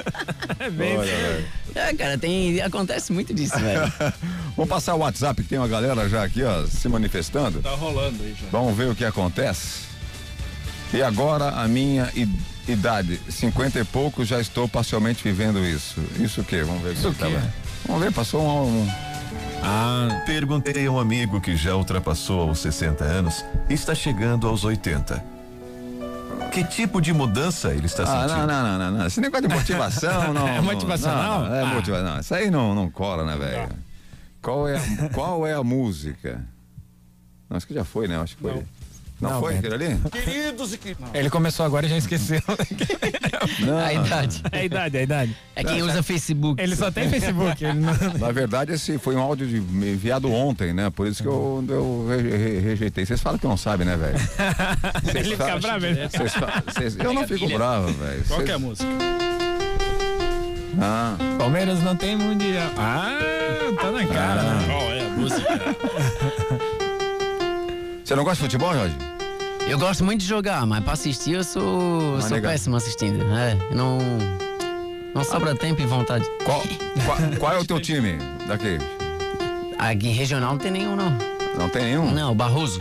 Cara, acontece muito disso, velho. Vamos passar o WhatsApp, que tem uma galera já aqui, ó, se manifestando. Tá rolando aí já. Vamos ver o que acontece. E agora a minha idade, 50 e poucos, já estou parcialmente vivendo isso. Isso o quê? Vamos ver isso o quê? Vamos ver, passou Perguntei a um amigo que já ultrapassou os 60 anos e está chegando aos 80. Que tipo de mudança ele está sentindo? Não. Esse negócio de motivação, não. É motivacional? Não, é motivação. Não, isso aí não cola, né, velho? Qual é a música? Não, acho que já foi, né? Acho que foi. Não foi aquele ali? Queridos e queridos. Ele começou agora e já esqueceu. A idade. É a idade. É quem usa Facebook. Ele só tem Facebook. Na verdade, esse foi um áudio enviado ontem, né? Por isso que eu rejeitei. Vocês falam que não sabem, né, velho? Ele fica bravo, né? Eu não fico bravo, velho. Qual que é a música? Palmeiras não tem mundial. Tá na cara. Qual é a música? Você não gosta de futebol, Jorge? Eu gosto muito de jogar, mas pra assistir eu sou péssimo assistindo. Não sobra tempo e vontade. Qual é o teu time daqui? Aqui regional não tem nenhum, não. Não tem nenhum? Não, Barroso.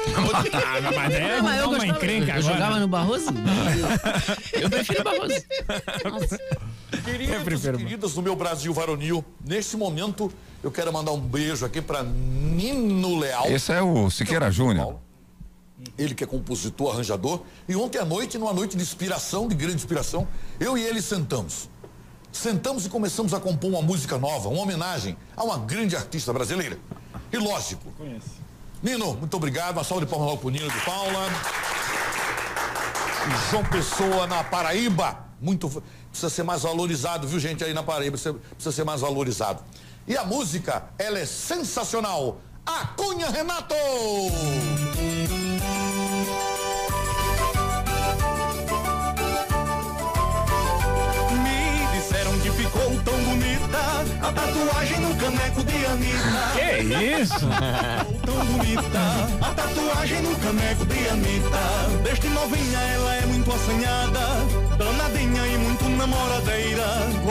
Eu jogava no Barroso? Eu prefiro Barroso. Nossa. Queridos e queridas do meu Brasil varonil, nesse momento eu quero mandar um beijo aqui para Nino Leal. Esse é o Siqueira Júnior. Ele que é compositor, arranjador. E ontem à noite, numa noite de inspiração, de grande inspiração, eu e ele sentamos e começamos a compor uma música nova, uma homenagem a uma grande artista brasileira. E lógico. Nino, muito obrigado. Uma salva de palmas pro Nino de Paula. João Pessoa, na Paraíba. Precisa ser mais valorizado, viu, gente, aí na Paraíba, precisa ser mais valorizado. E a música, ela é sensacional. Acunha Renato! Me disseram que ficou tão bonita a tatuagem no caneco de Anitta. Que isso? Ficou tão bonita a tatuagem no caneco de Anitta. Desde novinha ela é muito assanhada, danadinha e muito namoradeira.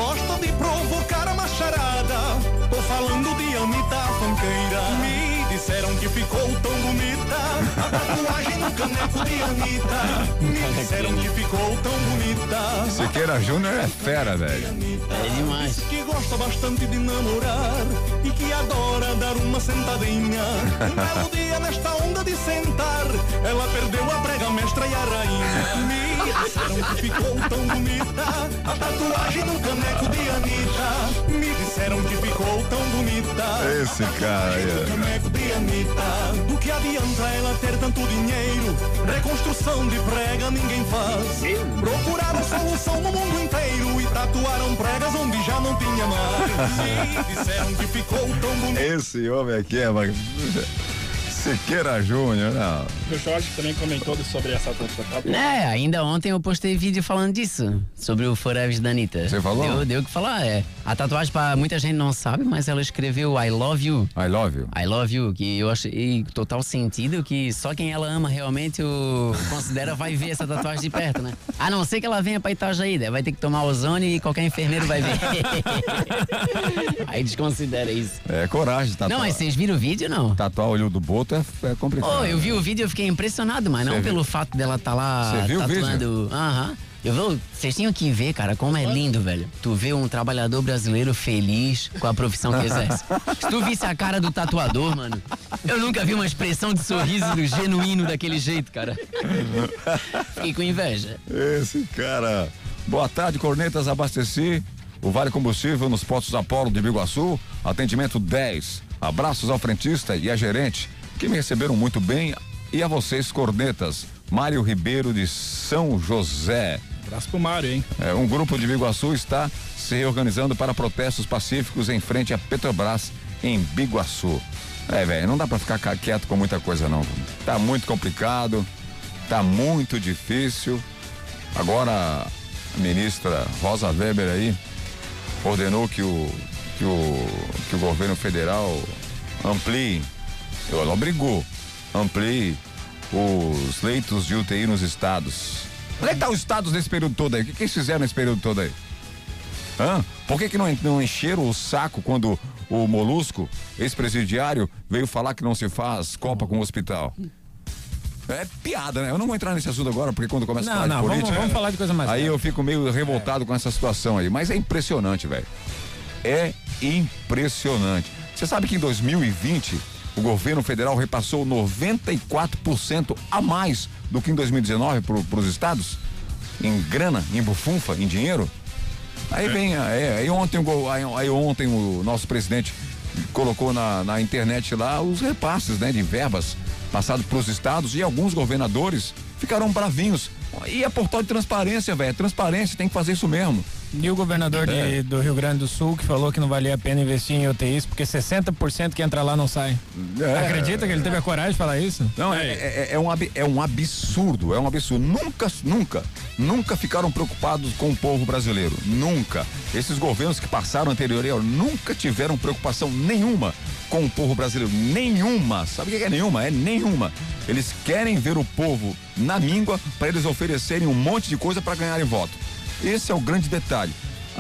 que ficou tão bonita a tatuagem no caneco de Anitta. Me disseram que ficou tão bonita. Siqueira Júnior é fera, velho. É demais. Que gosta bastante de namorar e que adora dar uma sentadinha. Um belo dia nesta onda de sentar, ela perdeu a prega mestra e a rainha. Me disseram que ficou tão bonita a tatuagem no caneco de Anitta. Me disseram que ficou tão bonita Esse cara aí. no caneco de Anitta. Do que adianta ela ter tanto dinheiro? Reconstrução de prega ninguém faz. Procuraram solução no mundo inteiro e tatuaram pregas onde já não tinha mais. Me disseram que ficou tão bonita. Esse homem aqui é Siqueira Júnior, não. O Jorge também comentou sobre essa tatuagem. Ainda ontem eu postei vídeo falando disso, sobre o Forever da Anitta. Você falou? Deu o que falar, A tatuagem, pra muita gente não sabe, mas ela escreveu I love you. I love you. I love you, que eu achei total sentido, que só quem ela ama realmente considera vai ver essa tatuagem de perto, né? A não ser que ela venha pra Itajaí, vai ter que tomar ozônio e qualquer enfermeiro vai ver. Aí desconsidera isso. É coragem de tatuar. Não, mas vocês viram o vídeo, não? Tatuar o olho do boto é complicado. Eu vi o vídeo e eu fiquei impressionado, mas não pelo fato dela estar lá Você viu tatuando. Aham. Vocês tinham que ver, cara, como é lindo, velho. Tu vê um trabalhador brasileiro feliz com a profissão que exerce. Se tu visse a cara do tatuador, mano, eu nunca vi uma expressão de sorriso genuíno daquele jeito, cara. Fiquei com inveja. Esse cara. Boa tarde, Cornetas, abasteci o Vale Combustível nos postos Apolo de Biguaçu, atendimento 10. Abraços ao frentista e à gerente, que me receberam muito bem, e a vocês, Cornetas. Mário Ribeiro de São José. Abraço pro Mário, hein? Um grupo de Biguaçu está se reorganizando para protestos pacíficos em frente à Petrobras em Biguaçu. Velho, não dá pra ficar quieto com muita coisa, não. Tá muito complicado, tá muito difícil. Agora, a ministra Rosa Weber aí ordenou que o governo federal amplie, ela obrigou, amplie os leitos de UTI nos estados. Onde é que tá os estados nesse período todo aí? O que eles fizeram nesse período todo aí? Por que não encheram o saco quando o Molusco, ex-presidiário, veio falar que não se faz Copa com o hospital? É piada, né? Eu não vou entrar nesse assunto agora, porque quando começa a falar de política... Vamos falar de coisa mais. Aí eu fico meio revoltado com essa situação aí. Mas é impressionante, velho. É impressionante. Você sabe que em 2020... o governo federal repassou 94% a mais do que em 2019 para os estados, em grana, em bufunfa, em dinheiro. Aí vem, aí ontem o nosso presidente colocou na internet lá os repasses, né, de verbas passados para os estados, e alguns governadores ficaram bravinhos. E é portal de transparência, velho. Transparência, tem que fazer isso mesmo. E o governador do Rio Grande do Sul, que falou que não valia a pena investir em UTIs, porque 60% que entra lá não sai. Acredita que ele teve a coragem de falar isso? Não, é um absurdo, Nunca ficaram preocupados com o povo brasileiro. Nunca. Esses governos que passaram anterior nunca tiveram preocupação nenhuma com o povo brasileiro. Nenhuma. Sabe o que é nenhuma? É nenhuma. Eles querem ver o povo na míngua para eles oferecerem um monte de coisa para ganharem voto. Esse é o grande detalhe.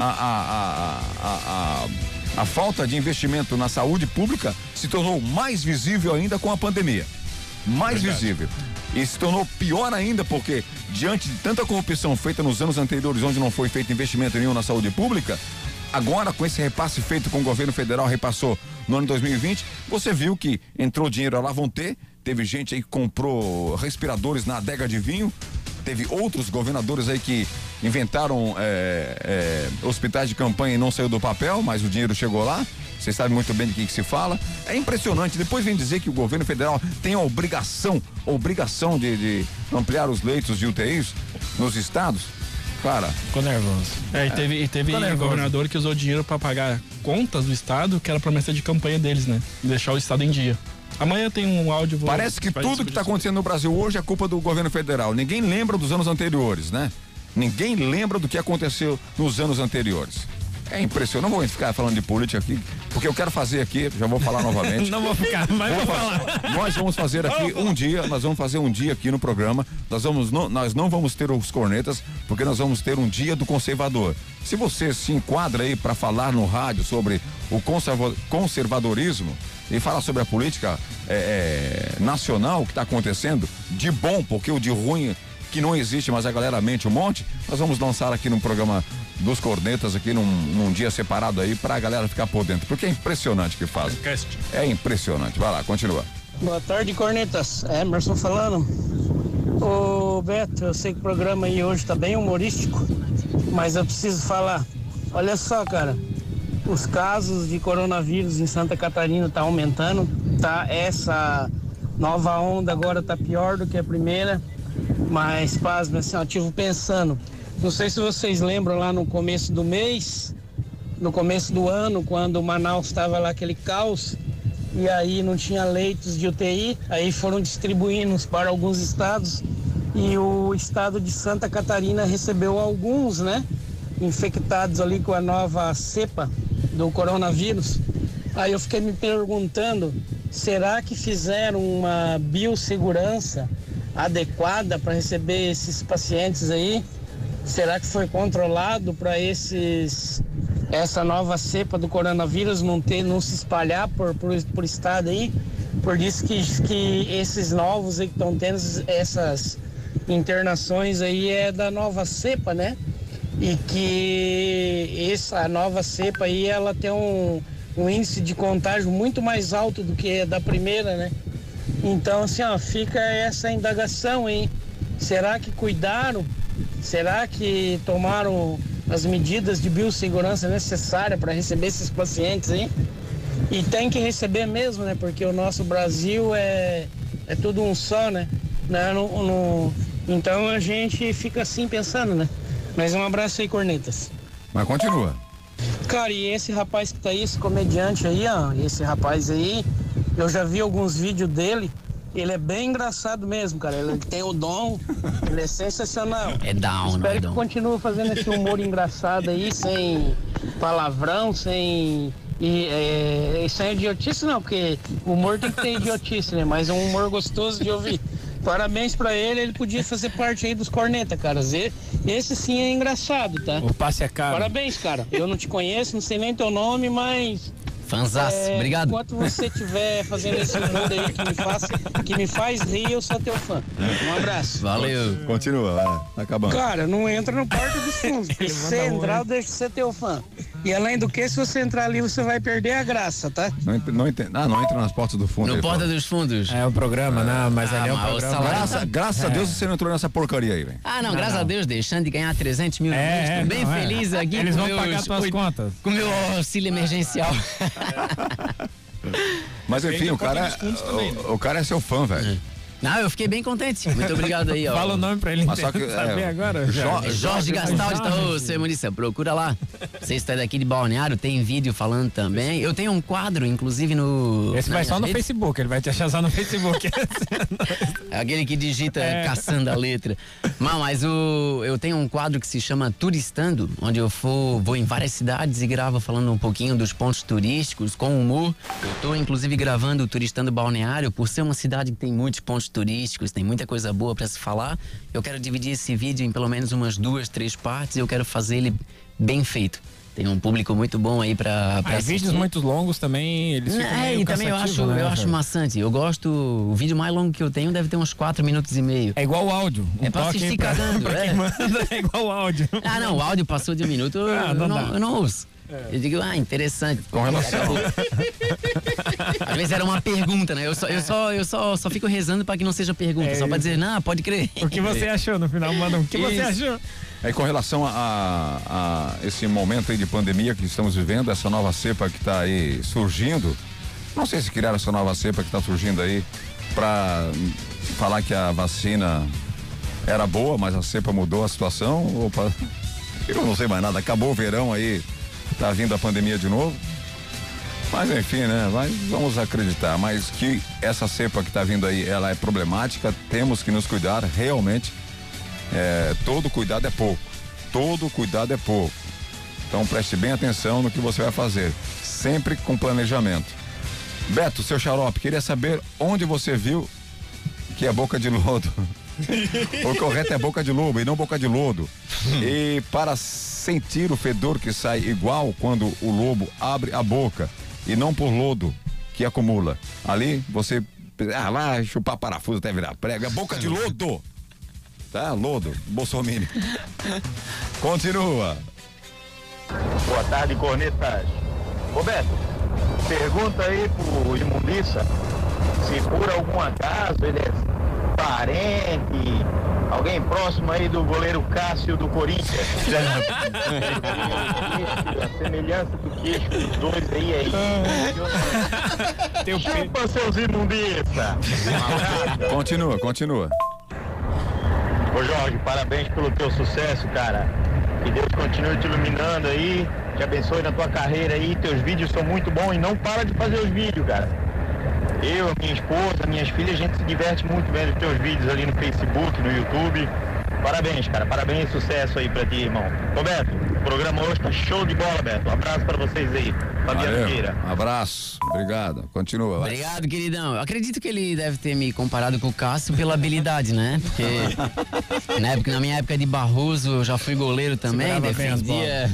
A falta de investimento na saúde pública se tornou mais visível ainda com a pandemia. Mais visível. E se tornou pior ainda porque, diante de tanta corrupção feita nos anos anteriores, onde não foi feito investimento nenhum na saúde pública, agora com esse repasse feito com o governo federal, repassou no ano 2020, você viu que entrou dinheiro lá, vão ter. Teve gente aí que comprou respiradores na adega de vinho. Teve outros governadores aí que inventaram hospitais de campanha e não saiu do papel, mas o dinheiro chegou lá. Vocês sabem muito bem de que se fala. É impressionante. Depois vem dizer que o governo federal tem a obrigação de ampliar os leitos de UTIs nos estados. Cara, ficou nervoso. E teve governador que usou dinheiro para pagar contas do estado, que era promessa de campanha deles, né? Deixar o estado em dia. Amanhã tem um áudio. Parece que tudo que está acontecendo no Brasil hoje é culpa do governo federal. Ninguém lembra dos anos anteriores, né? Ninguém lembra do que aconteceu nos anos anteriores. É impressionante. Não vou ficar falando de política aqui, porque eu quero fazer aqui, já vou falar novamente. Não vou ficar, mas vou falar. Nós vamos fazer aqui um dia aqui no programa. Nós não vamos ter os cornetas, porque nós vamos ter um dia do conservador. Se você se enquadra aí para falar no rádio sobre o conservadorismo, e falar sobre a política nacional que está acontecendo, de bom, porque o de ruim que não existe, mas a galera mente um monte, nós vamos lançar aqui no programa dos Cornetas, aqui num dia separado aí, pra galera ficar por dentro, porque é impressionante o que faz. É impressionante. Vai lá, continua. Boa tarde, Cornetas. Emerson falando. Ô Beto, eu sei que o programa aí hoje tá bem humorístico, mas eu preciso falar. Olha só, cara, os casos de coronavírus em Santa Catarina tá aumentando, tá? Essa nova onda agora tá pior do que a primeira, mas pasme, assim, eu estive pensando, não sei se vocês lembram lá no começo do mês, no começo do ano, quando Manaus estava lá aquele caos, e aí não tinha leitos de UTI, aí foram distribuindo para alguns estados, e o estado de Santa Catarina recebeu alguns, né, infectados ali com a nova cepa do coronavírus. Aí eu fiquei me perguntando, será que fizeram uma biossegurança adequada para receber esses pacientes aí? Será que foi controlado para essa nova cepa do coronavírus não se espalhar por estado aí? Por isso que esses novos aí que estão tendo essas internações aí é da nova cepa, né? E que essa nova cepa aí, ela tem um índice de contágio muito mais alto do que a da primeira, né? Então, assim, ó, fica essa indagação, hein? Será que cuidaram? Será que tomaram as medidas de biossegurança necessárias para receber esses pacientes aí? E tem que receber mesmo, né? Porque o nosso Brasil é tudo um só, né? Então a gente fica assim pensando, né? Mas um abraço aí, Cornetas. Mas continua. Cara, e esse rapaz que tá aí, esse comediante aí, ó, esse rapaz aí, eu já vi alguns vídeos dele, ele é bem engraçado mesmo, cara, ele tem o dom, ele é sensacional. É down, Espero que continue fazendo esse humor engraçado aí, sem palavrão, sem idiotice não, porque o humor tem que ter idiotice, né, mas é um humor gostoso de ouvir. Parabéns pra ele podia fazer parte aí dos Corneta, cara. Esse sim é engraçado, tá? O passe é caro. Parabéns, cara. Eu não te conheço, não sei nem teu nome, mas... Fanzaço, obrigado. Enquanto você estiver fazendo esse mundo aí que me faz rir, eu sou teu fã. Um abraço. Valeu. Continua, vai acabando. Cara, não entra no Porta dos Fundos. Se você entrar, eu deixo de ser teu fã. E além do que, se você entrar ali, você vai perder a graça, tá? Não entra nas portas do fundo. No Porta dos Fundos. É o programa, não, mas ali é o programa. Graças a Deus você não entrou nessa porcaria aí, velho. Graças a Deus, deixando de ganhar 300 mil no mês. Tô bem feliz aqui. Eles vão pagar suas contas. Com o meu auxílio emergencial. Mas enfim, o cara é seu fã, velho. Não, eu fiquei bem contente. Muito obrigado aí, ó. Fala o nome pra ele saber agora. Jorge Gastaldi, tá, seu Maurício, procura lá. Você está daqui de Balneário, tem vídeo falando também. Eu tenho um quadro, inclusive, no... Esse vai só no Facebook, ele vai te achar só no Facebook. Aquele que digita caçando a letra. Mas eu tenho um quadro que se chama Turistando, onde eu vou em várias cidades e gravo falando um pouquinho dos pontos turísticos, com humor. Eu tô, inclusive, gravando o Turistando Balneário, por ser uma cidade que tem muitos pontos turísticos, tem muita coisa boa para se falar. Eu quero dividir esse vídeo em pelo menos umas 2, 3 partes e eu quero fazer ele bem feito. Tem um público muito bom aí pra vídeos muito longos também, eles ficam meio e também eu acho maçante. Eu gosto, o vídeo mais longo que eu tenho deve ter uns 4 minutos e meio. É igual o áudio. É pra assistir cagando. É igual o áudio. Não, o áudio passou de 1 minuto, eu não ouço. Eu digo, interessante. Com relação. Às vezes era uma pergunta, né? Eu só fico rezando pra que não seja pergunta, só pra dizer, pode crer. O que você achou no final, mano? O que você achou? Com relação a esse momento aí de pandemia que estamos vivendo, essa nova cepa que tá aí surgindo, não sei se criaram essa nova cepa que tá surgindo aí pra falar que a vacina era boa, mas a cepa mudou a situação, eu não sei mais nada, acabou o verão aí, tá vindo a pandemia de novo. Mas enfim, né? Vamos acreditar. Mas que essa cepa que tá vindo aí, ela é problemática, temos que nos cuidar realmente. Todo cuidado é pouco. Todo cuidado é pouco. Então preste bem atenção no que você vai fazer. Sempre com planejamento. Beto, seu xarope, queria saber onde você viu que é boca de lodo. O correto é boca de lobo e não boca de lodo. E para sentir o fedor que sai igual quando o lobo abre a boca e não por lodo, que acumula. Ali, você, lá, chupar parafuso até virar prego, é boca de lodo. Tá, lodo, Bolsonaro. Continua. Boa tarde, cornetas. Roberto, pergunta aí pro Imundiça se por algum acaso ele é parente, alguém próximo aí do goleiro Cássio do Corinthians. A semelhança do queixo dos dois aí é isso. Chupa, seus Imundiça. Continua. Ô Jorge, parabéns pelo teu sucesso, cara. Que Deus continue te iluminando aí, te abençoe na tua carreira aí. Teus vídeos são muito bons e não para de fazer os vídeos, cara. Eu, a minha esposa, minhas filhas, a gente se diverte muito vendo os teus vídeos ali no Facebook, no YouTube. Parabéns, cara. Parabéns e sucesso aí pra ti, irmão. Roberto, o programa hoje tá show de bola, Beto. Um abraço pra vocês aí. Fabiano Vieira. Abraço. Obrigado. Continua. Vai. Obrigado, queridão. Eu acredito que ele deve ter me comparado com o Cássio pela habilidade, né? Porque na minha época de Barroso eu já fui goleiro também, defendia.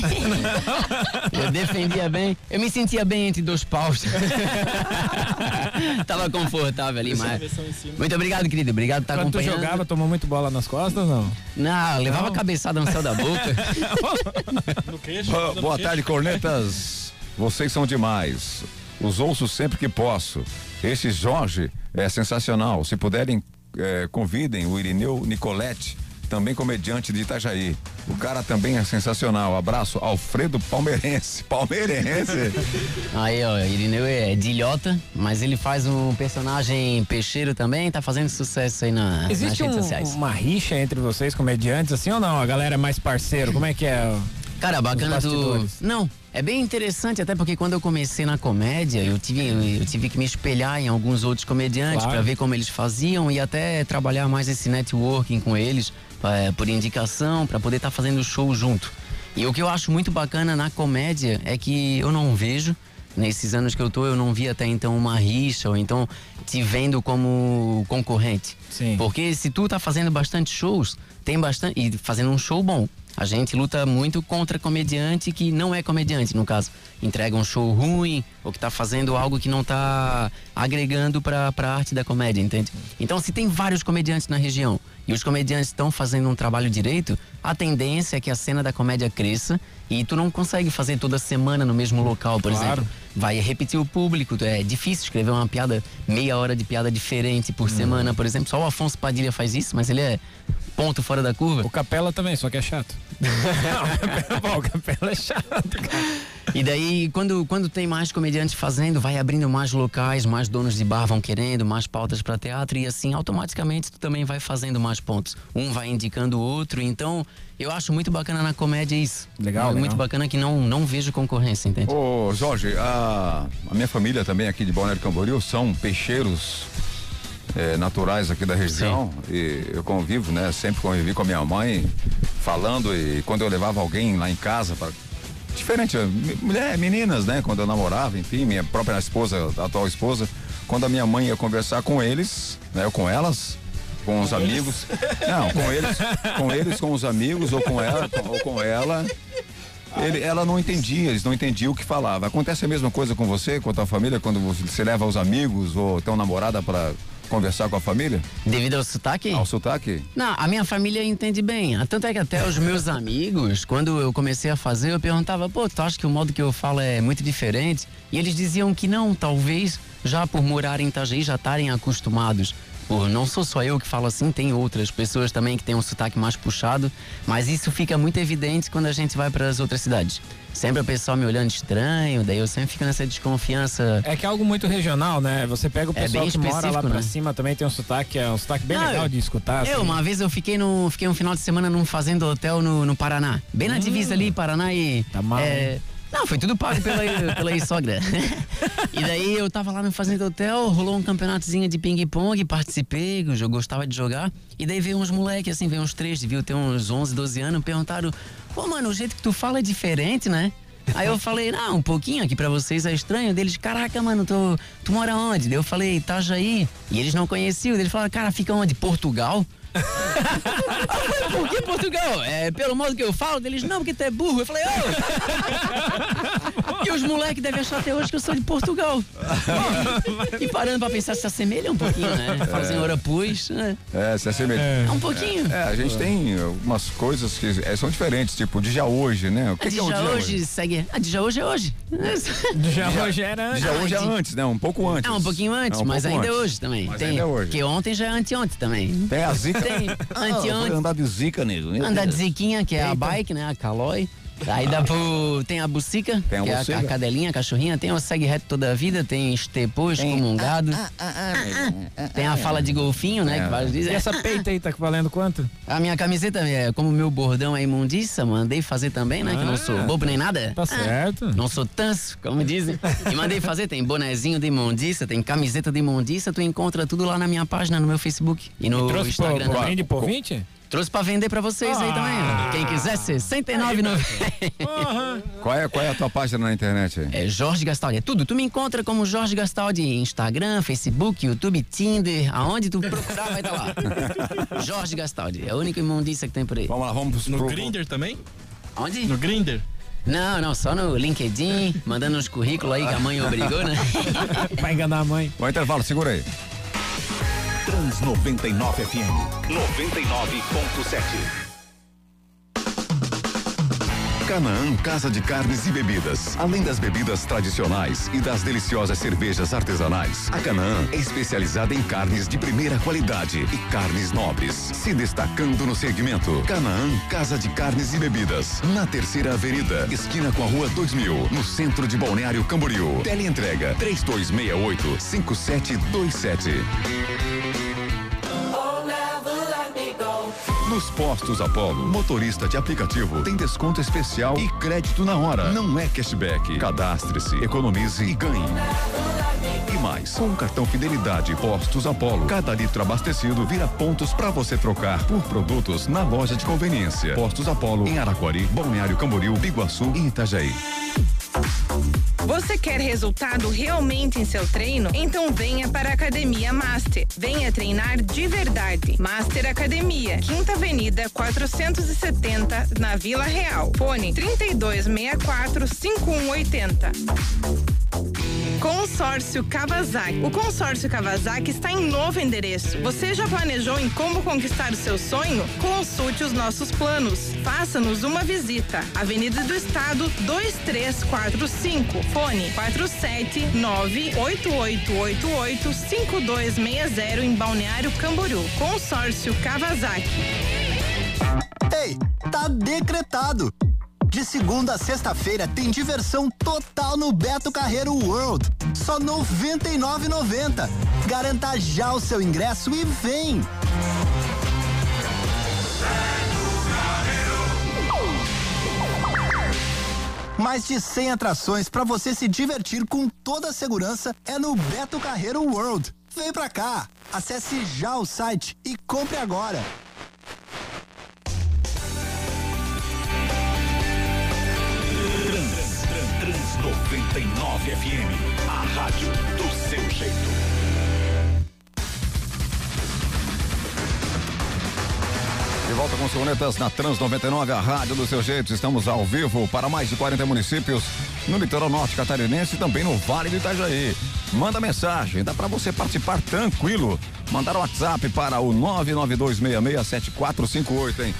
Eu defendia bem. Eu me sentia bem entre dois paus. Tava confortável ali, mas. Muito obrigado, querido. Obrigado por estar acompanhando. Quando tu jogava, tomou muito bola nas costas, não? Não, levava a cabeçada no céu da boca. No queixo. Boa tarde, cornetas. Vocês são demais. Os ouço sempre que posso. Esse Jorge é sensacional. Se puderem, convidem o Irineu Nicoletti, também comediante de Itajaí. O cara também é sensacional. Abraço, Alfredo Palmeirense. Aí, ó, Irineu é de ilhota, mas ele faz um personagem peixeiro também, tá fazendo sucesso aí nas redes sociais. Existe uma rixa entre vocês, comediantes, assim ou não? A galera é mais parceiro? Como é que é? Cara, bacana Não, é bem interessante, até porque quando eu comecei na comédia, eu tive que me espelhar em alguns outros comediantes para ver como eles faziam e até trabalhar mais esse networking com eles, por indicação, para poder estar fazendo show junto. E o que eu acho muito bacana na comédia é que eu não vejo, nesses anos que eu não vi até então uma rixa, ou então te vendo como concorrente. Sim. Porque se tu tá fazendo bastante shows, e fazendo um show bom, a gente luta muito contra comediante que não é comediante, no caso. Entrega um show ruim ou que tá fazendo algo que não tá agregando pra arte da comédia, entende? Então, se tem vários comediantes na região e os comediantes estão fazendo um trabalho direito, a tendência é que a cena da comédia cresça e tu não consegue fazer toda semana no mesmo local, por exemplo. Vai repetir o público, é difícil escrever uma piada, meia hora de piada diferente por semana, por exemplo. Só o Afonso Padilha faz isso, mas ele é ponto fora da curva. O Capela também, só que é chato. Não, o Capela é chato, cara. E daí, quando tem mais comediantes fazendo, vai abrindo mais locais, mais donos de bar vão querendo, mais pautas para teatro e assim, automaticamente tu também vai fazendo mais pontos. Um vai indicando o outro, então eu acho muito bacana na comédia isso. Legal, muito bacana que não vejo concorrência, entende? Ô, Jorge, a minha família também aqui de Balneário Camboriú são peixeiros naturais aqui da região. Sim. E eu convivo, né? Sempre convivi com a minha mãe falando e quando eu levava alguém lá em casa para diferente, meninas, né? Quando eu namorava, enfim, minha própria esposa, atual esposa, quando a minha mãe ia conversar com eles, né? Ou com elas, com os amigos. Não, com eles, com os amigos, ou com ela. Ela não entendia, eles não entendiam o que falava. Acontece a mesma coisa com você, com a tua família, quando você leva os amigos ou teu namorada para conversar com a família? Devido ao sotaque? Ao sotaque? Não, a minha família entende bem. Tanto é que até os meus amigos, quando eu comecei a fazer, eu perguntava, pô, tu acha que o modo que eu falo é muito diferente? E eles diziam que não, talvez já por morar em Itajaí já estarem acostumados. Não sou só eu que falo assim, tem outras pessoas também que têm um sotaque mais puxado, mas isso fica muito evidente quando a gente vai para as outras cidades. Sempre o pessoal me olhando estranho, daí eu sempre fico nessa desconfiança. É que é algo muito regional, né? Você pega o pessoal que mora lá pra cima também tem um sotaque bem legal de escutar. Assim. Uma vez eu fiquei um final de semana num fazenda hotel no Paraná, bem na divisa ali, Paraná e... Tá mal, Não, foi tudo pago pela ex-sogra. E daí eu tava lá no Fazenda Hotel, rolou um campeonatozinho de ping-pong, participei, eu gostava de jogar. E daí veio uns moleques, assim, veio uns 3, deviam ter uns 11, 12 anos, perguntaram, pô, mano, o jeito que tu fala é diferente, né? Aí eu falei, não, um pouquinho aqui pra vocês é estranho. Deles, caraca, mano, tu mora onde? Daí eu falei, Itajaí. E eles não conheciam, eles falaram, cara, fica onde? Portugal? Por que Portugal? Pelo modo que eu falo, deles, não, porque tu é burro. Eu falei, Porque os moleques devem achar até hoje que eu sou de Portugal. E parando pra pensar, se assemelha um pouquinho, né? Fazem hora pus, né? Se assemelha. Um pouquinho. A gente tem algumas coisas que são diferentes, tipo o Dja hoje, né? O que é o Dja hoje? Segue. A Dja hoje é hoje. Dja hoje era antes. Dja hoje é antes, né? Um pouco antes. Um pouquinho antes, mas ainda é hoje também. Mas ainda é hoje. Porque ontem já é anteontem também. Tem a zica. Tem anteontem. Andar de zica, nego. Andar de ziquinha, que é a bike, né? A Caloi. Aí tem a bucica, que é a cadelinha, a cachorrinha, tem o segue reto toda a vida, tem estepô, excomungado. Tem a fala de golfinho, né? Que vários dizem. E essa peita aí tá valendo quanto? A minha camiseta, como o meu bordão é imundiça, mandei fazer também, né? Que eu não sou bobo nem nada. Tá certo. Não sou tanso, como dizem. E mandei fazer, tem bonezinho de imundiça, tem camiseta de imundiça, tu encontra tudo lá na minha página, no meu Facebook e no Instagram. Trouxe de por 20? Trouxe pra vender pra vocês aí também. Quem quiser, R$69,90. Qual é a tua página na internet aí? É Jorge Gastaldi. É tudo. Tu me encontra como Jorge Gastaldi em Instagram, Facebook, YouTube, Tinder. Aonde tu procurar vai estar lá. Jorge Gastaldi. É a única imundícia que tem por aí. Vamos lá, vamos no Grindr também? Onde? No Grindr. Não, só no LinkedIn, mandando uns currículos aí que a mãe obrigou, né? Pra enganar a mãe. Bom intervalo, segura aí. Trans 99 FM 99.7. Canaã Casa de Carnes e Bebidas. Além das bebidas tradicionais e das deliciosas cervejas artesanais, a Canaã é especializada em carnes de primeira qualidade e carnes nobres, se destacando no segmento. Canaã Casa de Carnes e Bebidas, na Terceira Avenida, esquina com a Rua 2000, no centro de Balneário Camboriú. Teleentrega 3268-5727. Nos postos Apollo, motorista de aplicativo tem desconto especial e crédito na hora. Não é cashback. Cadastre-se, economize e ganhe. E mais, com o cartão Fidelidade Postos Apollo, cada litro abastecido vira pontos para você trocar por produtos na loja de conveniência. Postos Apollo em Araquari, Balneário Camboriú, Biguaçu e Itajaí. Você quer resultado realmente em seu treino? Então venha para a Academia Master. Venha treinar de verdade. Master Academia, Quinta Avenida 470, na Vila Real. Fone 3264-5180. Consórcio Kawasaki. O Consórcio Kawasaki está em novo endereço. Você já planejou em como conquistar o seu sonho? Consulte os nossos planos. Faça-nos uma visita. Avenida do Estado 2345. Fone 479-8888-5260 em Balneário Camboriú. Consórcio Kawasaki. Ei, tá decretado! De segunda a sexta-feira tem diversão total no Beto Carreiro World. Só R$ 99,90. Garanta já o seu ingresso e vem! Mais de 100 atrações para você se divertir com toda a segurança é no Beto Carreiro World. Vem pra cá! Acesse já o site e compre agora. Trans 99 FM, a rádio do seu jeito. De volta com os Cornetas na Trans 99, a rádio do seu jeito. Estamos ao vivo para mais de 40 municípios no litoral norte catarinense e também no Vale do Itajaí. Manda mensagem, dá para você participar tranquilo. Mandar o WhatsApp para o 992667458, hein?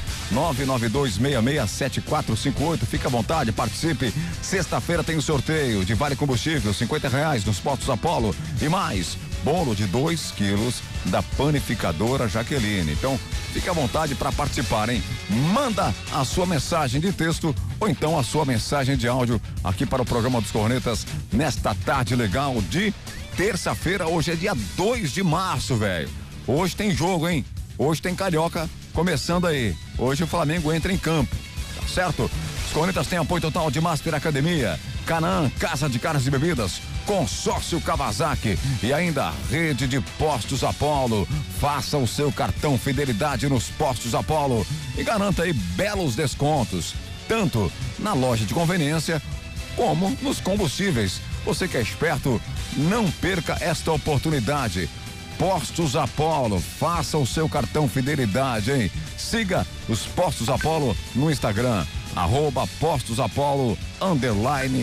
992667458. Fica à vontade, participe. Sexta-feira tem o sorteio de Vale Combustível, R$50 nos postos Apollo e mais bolo de 2 quilos da panificadora Jaqueline. Então, fique à vontade para participar, hein? Manda a sua mensagem de texto ou então a sua mensagem de áudio aqui para o programa dos Cornetas nesta tarde legal de terça-feira. Hoje é dia 2 de março, velho. Hoje tem jogo, hein? Hoje tem Carioca começando aí. Hoje o Flamengo entra em campo, tá certo? Os Cornetas têm apoio total de Master Academia, Canaã Casa de Carnes e Bebidas, Consórcio Kawasaki e ainda Rede de Postos Apollo. Faça o seu cartão Fidelidade nos Postos Apollo e garanta aí belos descontos, tanto na loja de conveniência como nos combustíveis. Você que é esperto, não perca esta oportunidade. Postos Apollo, faça o seu cartão Fidelidade, hein? Siga os Postos Apollo no Instagram, @Postos Apollo_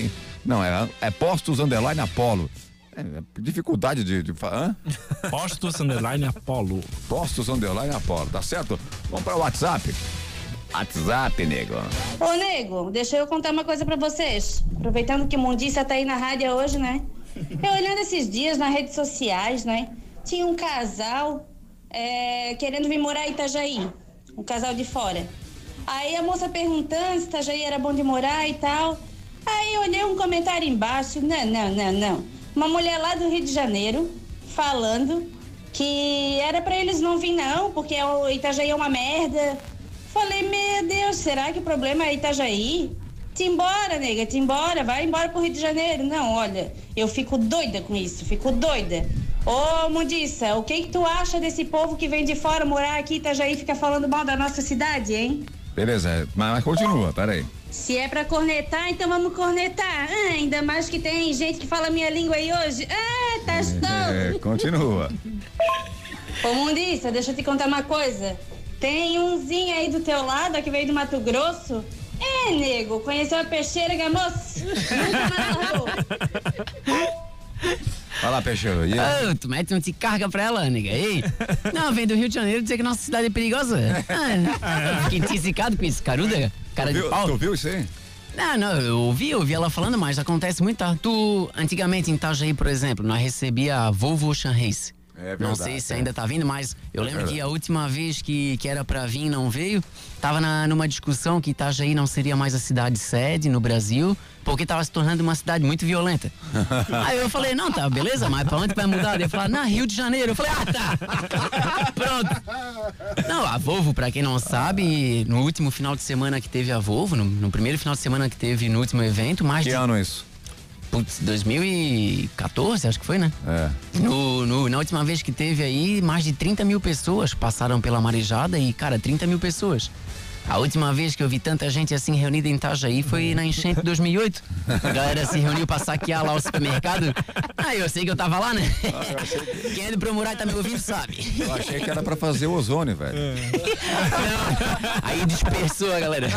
Não, é Postos Underline Apolo. Dificuldade de falar. Postos Underline Apolo. Postos Underline Apolo, tá certo? Vamos para o WhatsApp. WhatsApp, nego. Ô, nego, deixa eu contar uma coisa pra vocês. Aproveitando que Mundiça tá aí na rádio hoje, né? Eu olhando esses dias nas redes sociais, né? Tinha um casal querendo vir morar em Itajaí. Um casal de fora. Aí a moça perguntando se Itajaí era bom de morar e tal. Aí eu olhei um comentário embaixo. Não. Uma mulher lá do Rio de Janeiro falando que era pra eles não vir não, porque o Itajaí é uma merda. Falei, meu Deus, será que o problema é Itajaí? Te embora, nega, te embora, vai embora pro Rio de Janeiro. Não, olha, eu fico doida com isso, fico doida. Ô, Mundiça, o que tu acha desse povo que vem de fora morar aqui em Itajaí e fica falando mal da nossa cidade, hein? Beleza, mas continua, peraí. Se é pra cornetar, então vamos cornetar. Ainda mais que tem gente que fala minha língua aí hoje. Tá todo. Continua. Ô, Mundiça, deixa eu te contar uma coisa. Tem umzinho aí do teu lado, que veio do Mato Grosso. Nego, conheceu a peixeira, gamoço? Nunca mais largou. Vai lá, peixeira. Tu mete um te carga pra ela, nega. Ei, não, vem do Rio de Janeiro dizer que nossa cidade é perigosa. Fiquei intisicado com isso, caruda, cara de pau. Tu viu isso aí? Não, eu ouvi ela falando, mas acontece muito, tá? Antigamente em Itajaí, por exemplo, nós recebia a Volvo Ocean Race. É verdade, não sei se ainda tá vindo, mas eu lembro que a última vez que era pra vir não veio. Tava numa discussão que Itajaí não seria mais a cidade sede no Brasil, porque tava se tornando uma cidade muito violenta. Aí eu falei, não, tá, beleza, mas pra onde vai mudar? Ele falou, Rio de Janeiro. Eu falei, tá. Pronto. Não, a Volvo, pra quem não sabe, no último final de semana que teve a Volvo, no primeiro final de semana que teve no último evento, Que ano é isso? Putz, 2014, acho que foi, né? Na última vez que teve aí, mais de 30 mil pessoas passaram pela marejada e, cara, 30 mil pessoas. A última vez que eu vi tanta gente assim reunida em Itajaí foi na enchente de 2008. A galera se reuniu pra saquear lá o supermercado. Eu sei que eu tava lá, né? Quem é do Promurai tá me ouvindo sabe. Eu achei que era pra fazer o ozônio, velho. Aí dispersou a galera.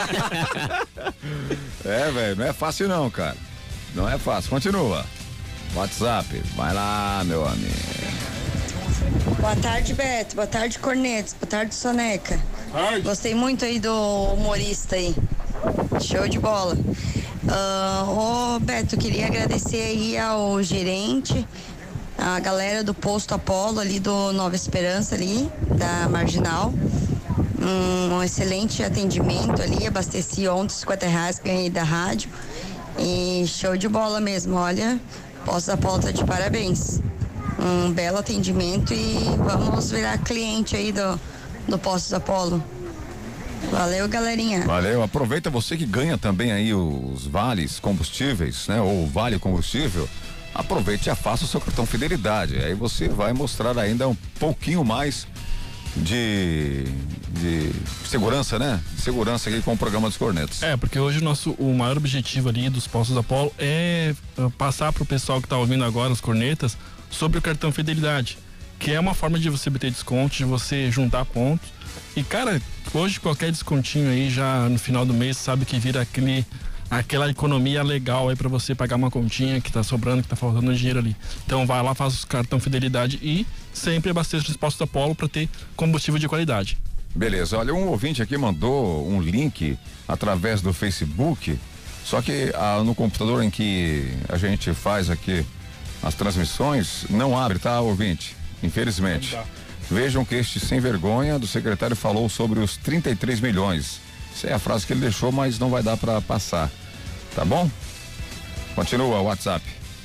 Velho, não é fácil não, cara. Não é fácil. Continua. WhatsApp. Vai lá, meu amigo. Boa tarde, Beto. Boa tarde, Cornetos. Boa tarde, Soneca. Gostei muito aí do humorista aí. Show de bola. Beto, queria agradecer aí ao gerente, a galera do Posto Apolo ali do Nova Esperança ali, da Marginal. Um excelente atendimento ali. Abasteci ontem R$50, ganhei da rádio. E show de bola mesmo, olha, Posto Apolo tá de parabéns. Um belo atendimento e vamos virar cliente aí do Posto Apolo. Valeu, galerinha. Valeu, aproveita você que ganha também aí os vales combustíveis, né? Ou vale combustível, aproveite e faça o seu cartão Fidelidade, aí você vai mostrar ainda um pouquinho mais de segurança, né? Segurança aqui com o programa dos Cornetos. Porque hoje o maior objetivo ali dos Postos Apolo é passar pro pessoal que tá ouvindo agora os Cornetas sobre o cartão Fidelidade, que é uma forma de você obter desconto, de você juntar pontos. E, cara, hoje qualquer descontinho aí já no final do mês sabe que vira aquela economia legal aí pra você pagar uma continha que tá sobrando, que tá faltando dinheiro ali. Então vai lá, faz o cartão Fidelidade e sempre abasteça os Postos Apolo pra ter combustível de qualidade. Beleza, olha, um ouvinte aqui mandou um link através do Facebook, só que no computador em que a gente faz aqui as transmissões, não abre, tá, ouvinte? Infelizmente. Vejam que este sem vergonha do secretário falou sobre os 33 milhões. Essa é a frase que ele deixou, mas não vai dar para passar. Tá bom? Continua o WhatsApp.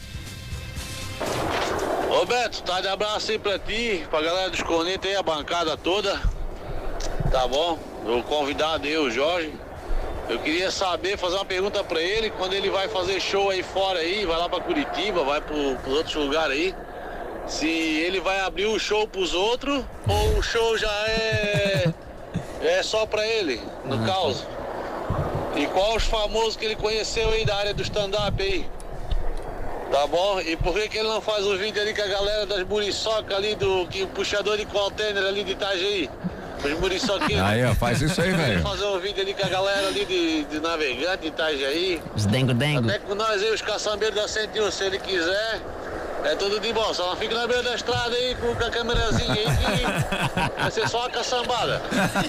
Ô Beto, tá de abraço aí pra ti, pra galera dos Cornetas aí, a bancada toda. Tá bom? O convidado aí, o Jorge. Eu queria saber, fazer uma pergunta pra ele, quando ele vai fazer show aí fora aí, vai lá pra Curitiba, vai pros outros lugares aí, se ele vai abrir o show pros outros ou o show já é só pra ele, no caso. E qual os famosos que ele conheceu aí da área do stand-up aí? Tá bom? E por que ele não faz o vídeo ali com a galera das buriçocas ali, o puxador de container ali de Itajaí? Os muriçoqueiros. Aí, ó, faz isso aí, velho. Fazer um vídeo ali com a galera ali de Navegante, de Itajaí. Os dengo-dengo. Até com nós aí, os caçambeiros da 101, se ele quiser. É tudo de bom, só não fica na beira da estrada aí com a câmerazinha aí que vai ser só a caçambada.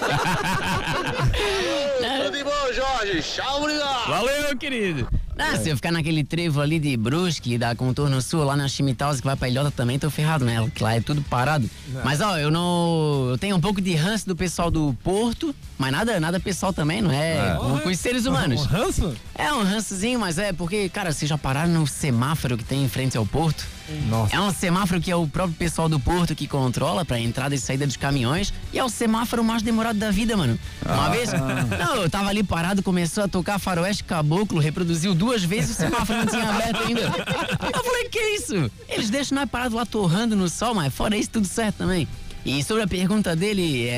Tudo de bom, Jorge. Tchau, obrigado. Valeu, querido. Se eu ficar naquele trevo ali de Brusque, da Contorno Sul, lá na Chimitalzi, que vai pra Ilhota também, tô ferrado, né? Que lá é tudo parado. Mas, ó, eu tenho um pouco de ranço do pessoal do Porto, mas nada pessoal também, não é? Com os seres humanos. Um ranço? É um rançozinho, mas é porque, cara, vocês já pararam no semáforo que tem em frente ao Porto? Nossa. É um semáforo que é o próprio pessoal do Porto que controla pra entrada e saída dos caminhões, e é o semáforo mais demorado da vida, mano. Uma vez, eu tava ali parado, começou a tocar Faroeste Caboclo, reproduziu 2 vezes, o semáforo não tinha aberto ainda. Eu falei, que isso? Eles deixam nós parados lá torrando no sol, mas fora isso, tudo certo também. E sobre a pergunta dele,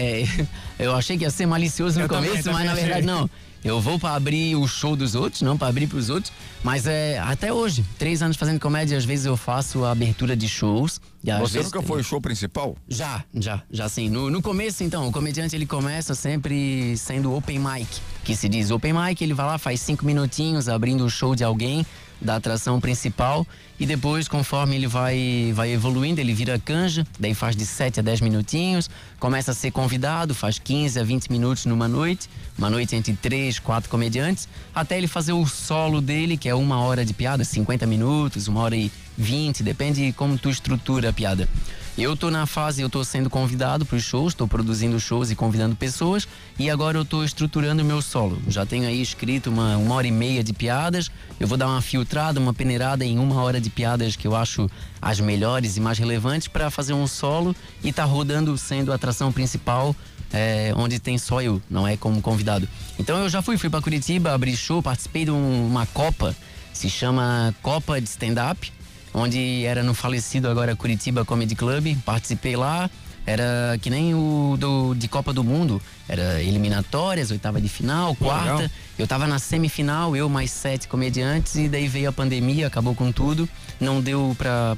eu achei que ia ser malicioso no começo, mas na verdade não. Eu vou pra abrir o show dos outros, não pra abrir pros outros, mas até hoje, 3 anos fazendo comédia, às vezes eu faço a abertura de shows. Você nunca foi o show principal? Já sim. No começo, então, o comediante ele começa sempre sendo open mic, que se diz open mic, ele vai lá, faz 5 minutinhos abrindo o show de alguém, da atração principal, e depois, conforme ele vai evoluindo, ele vira canja, daí faz de 7 a 10 minutinhos, começa a ser convidado, faz 15 a 20 minutos numa noite, uma noite entre 3, 4 comediantes, até ele fazer o solo dele, que é 1 hora de piada, 50 minutos, 1h20, depende como tu estrutura a piada. Eu tô na fase, eu tô sendo convidado para os shows, tô produzindo shows e convidando pessoas, e agora eu tô estruturando o meu solo. Já tenho aí escrito 1h30 de piadas, eu vou dar uma filtrada, uma peneirada em 1 hora de piadas que eu acho as melhores e mais relevantes para fazer um solo e tá rodando sendo a atração principal, onde tem só eu, não é como convidado. Então eu já fui para Curitiba, abri show, participei de uma Copa, se chama Copa de Stand-Up, onde era no falecido agora Curitiba Comedy Club, participei lá, era que nem de Copa do Mundo, era eliminatórias, 8ª de final, 4ª, legal. Eu tava na semifinal, eu mais 7 comediantes, e daí veio a pandemia, acabou com tudo, não deu pra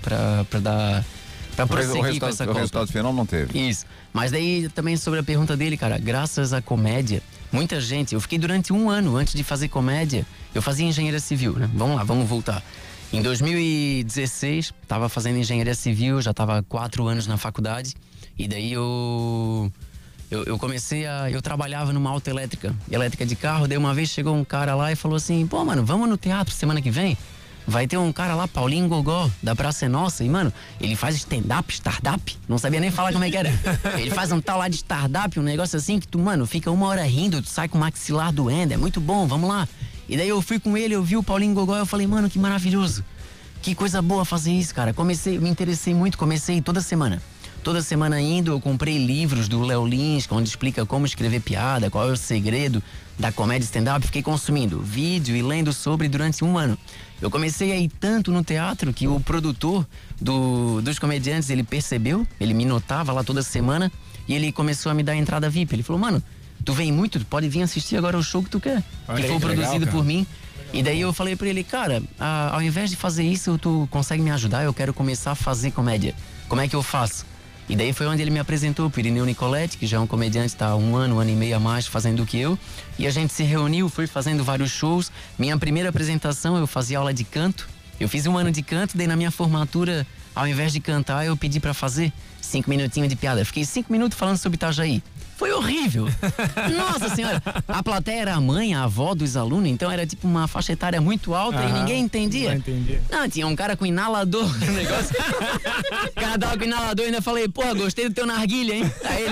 prosseguir com essa Copa. O resultado final não teve. Isso, mas daí também sobre a pergunta dele, cara, graças à comédia, muita gente, eu fiquei durante 1 ano antes de fazer comédia, eu fazia engenharia civil, né? Vamos lá, vamos voltar. Em 2016, estava fazendo engenharia civil, já estava 4 anos na faculdade, e daí eu comecei eu trabalhava numa autoelétrica, elétrica de carro, daí uma vez chegou um cara lá e falou assim, pô, mano, vamos no teatro semana que vem? Vai ter um cara lá, Paulinho Gogó, da Praça é Nossa, e, mano, ele faz stand-up, startup, não sabia nem falar como é que era. Ele faz um tal lá de startup, um negócio assim que tu, mano, fica 1 hora rindo, tu sai com o maxilar doendo, é muito bom, vamos lá. E daí eu fui com ele, eu vi o Paulinho Gogó, eu falei, mano, que maravilhoso. Que coisa boa fazer isso, cara. Me interessei muito, comecei toda semana. Toda semana indo, eu comprei livros do Léo Lins, onde explica como escrever piada, qual é o segredo da comédia stand-up. Fiquei consumindo vídeo e lendo sobre durante 1 ano. Eu comecei a ir tanto no teatro que o produtor dos comediantes, ele percebeu, ele me notava lá toda semana e ele começou a me dar entrada VIP. Ele falou, mano, tu vem muito, tu pode vir assistir agora o show que tu quer. Que foi produzido por mim. E daí eu falei pra ele, cara, ao invés de fazer isso, tu consegue me ajudar? Eu quero começar a fazer comédia. Como é que eu faço? E daí foi onde ele me apresentou o Irineu Nicoletti, que já é um comediante, tá há 1 ano, 1 ano e meio a mais fazendo do que eu. E a gente se reuniu, foi fazendo vários shows. Minha primeira apresentação, eu fazia aula de canto. Eu fiz 1 ano de canto, daí na minha formatura, ao invés de cantar, eu pedi pra fazer 5 minutinhos de piada. Fiquei 5 minutos falando sobre Itajaí. Foi horrível. Nossa senhora. A plateia era a mãe, a avó dos alunos, então era tipo uma faixa etária muito alta e ninguém entendia. Não entendia. Não, tinha um cara com inalador no negócio. O cara tava com inalador e ainda falei, porra, gostei do teu narguilha, hein? Aí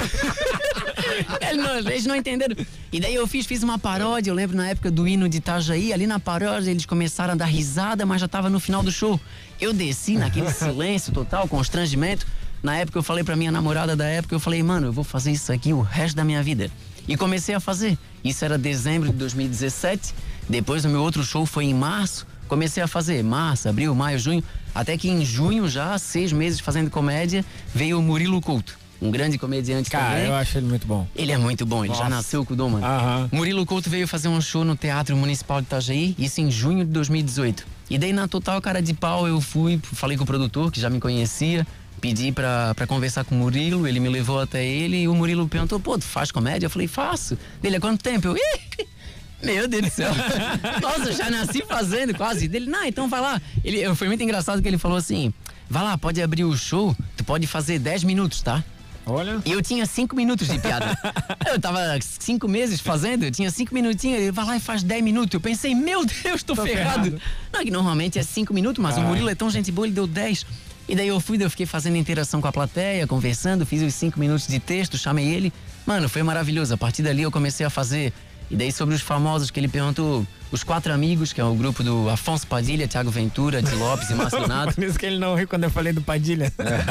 eles não entenderam. E daí eu fiz uma paródia, eu lembro na época do hino de Itajaí, ali na paródia eles começaram a dar risada, mas já tava no final do show. Eu desci naquele silêncio total, constrangimento. Na época eu falei pra minha namorada da época, eu falei, mano, eu vou fazer isso aqui o resto da minha vida. E comecei a fazer. Isso era dezembro de 2017. Depois o meu outro show foi em março. Comecei a fazer março, abril, maio, junho. Até que em junho, já 6 meses fazendo comédia, veio o Murilo Couto. Um grande comediante também. Cara, eu acho ele muito bom. Ele é muito bom, ele já nasceu com o dom, mano. Murilo Couto veio fazer um show no Teatro Municipal de Itajaí, isso em junho de 2018. E daí na total cara de pau eu falei com o produtor, que já me conhecia, pedi pra conversar com o Murilo, ele me levou até ele e o Murilo perguntou, pô, tu faz comédia? Eu falei, faço. Ele, há quanto tempo? Eu, meu Deus do céu. Nossa, já nasci fazendo quase. Ele, não, então vai lá. Foi muito engraçado que ele falou assim, vai lá, pode abrir o show, tu pode fazer 10 minutos, tá? Olha. E eu tinha 5 minutos de piada. Eu tava 5 meses fazendo, eu tinha 5 minutinhos, ele vai lá e faz 10 minutos. Eu pensei, meu Deus, tô ferrado. Não, que normalmente é 5 minutos, mas o Murilo é tão gente boa, ele deu 10. E daí eu fiquei fazendo interação com a plateia, conversando, fiz os 5 minutos de texto, chamei ele. Mano, foi maravilhoso. A partir dali eu comecei a fazer. E daí sobre os famosos que ele perguntou, os 4 amigos, que é o grupo do Afonso Padilha, Thiago Ventura, Di Lopes e Márcio Donato. Por isso que ele não riu quando eu falei do Padilha.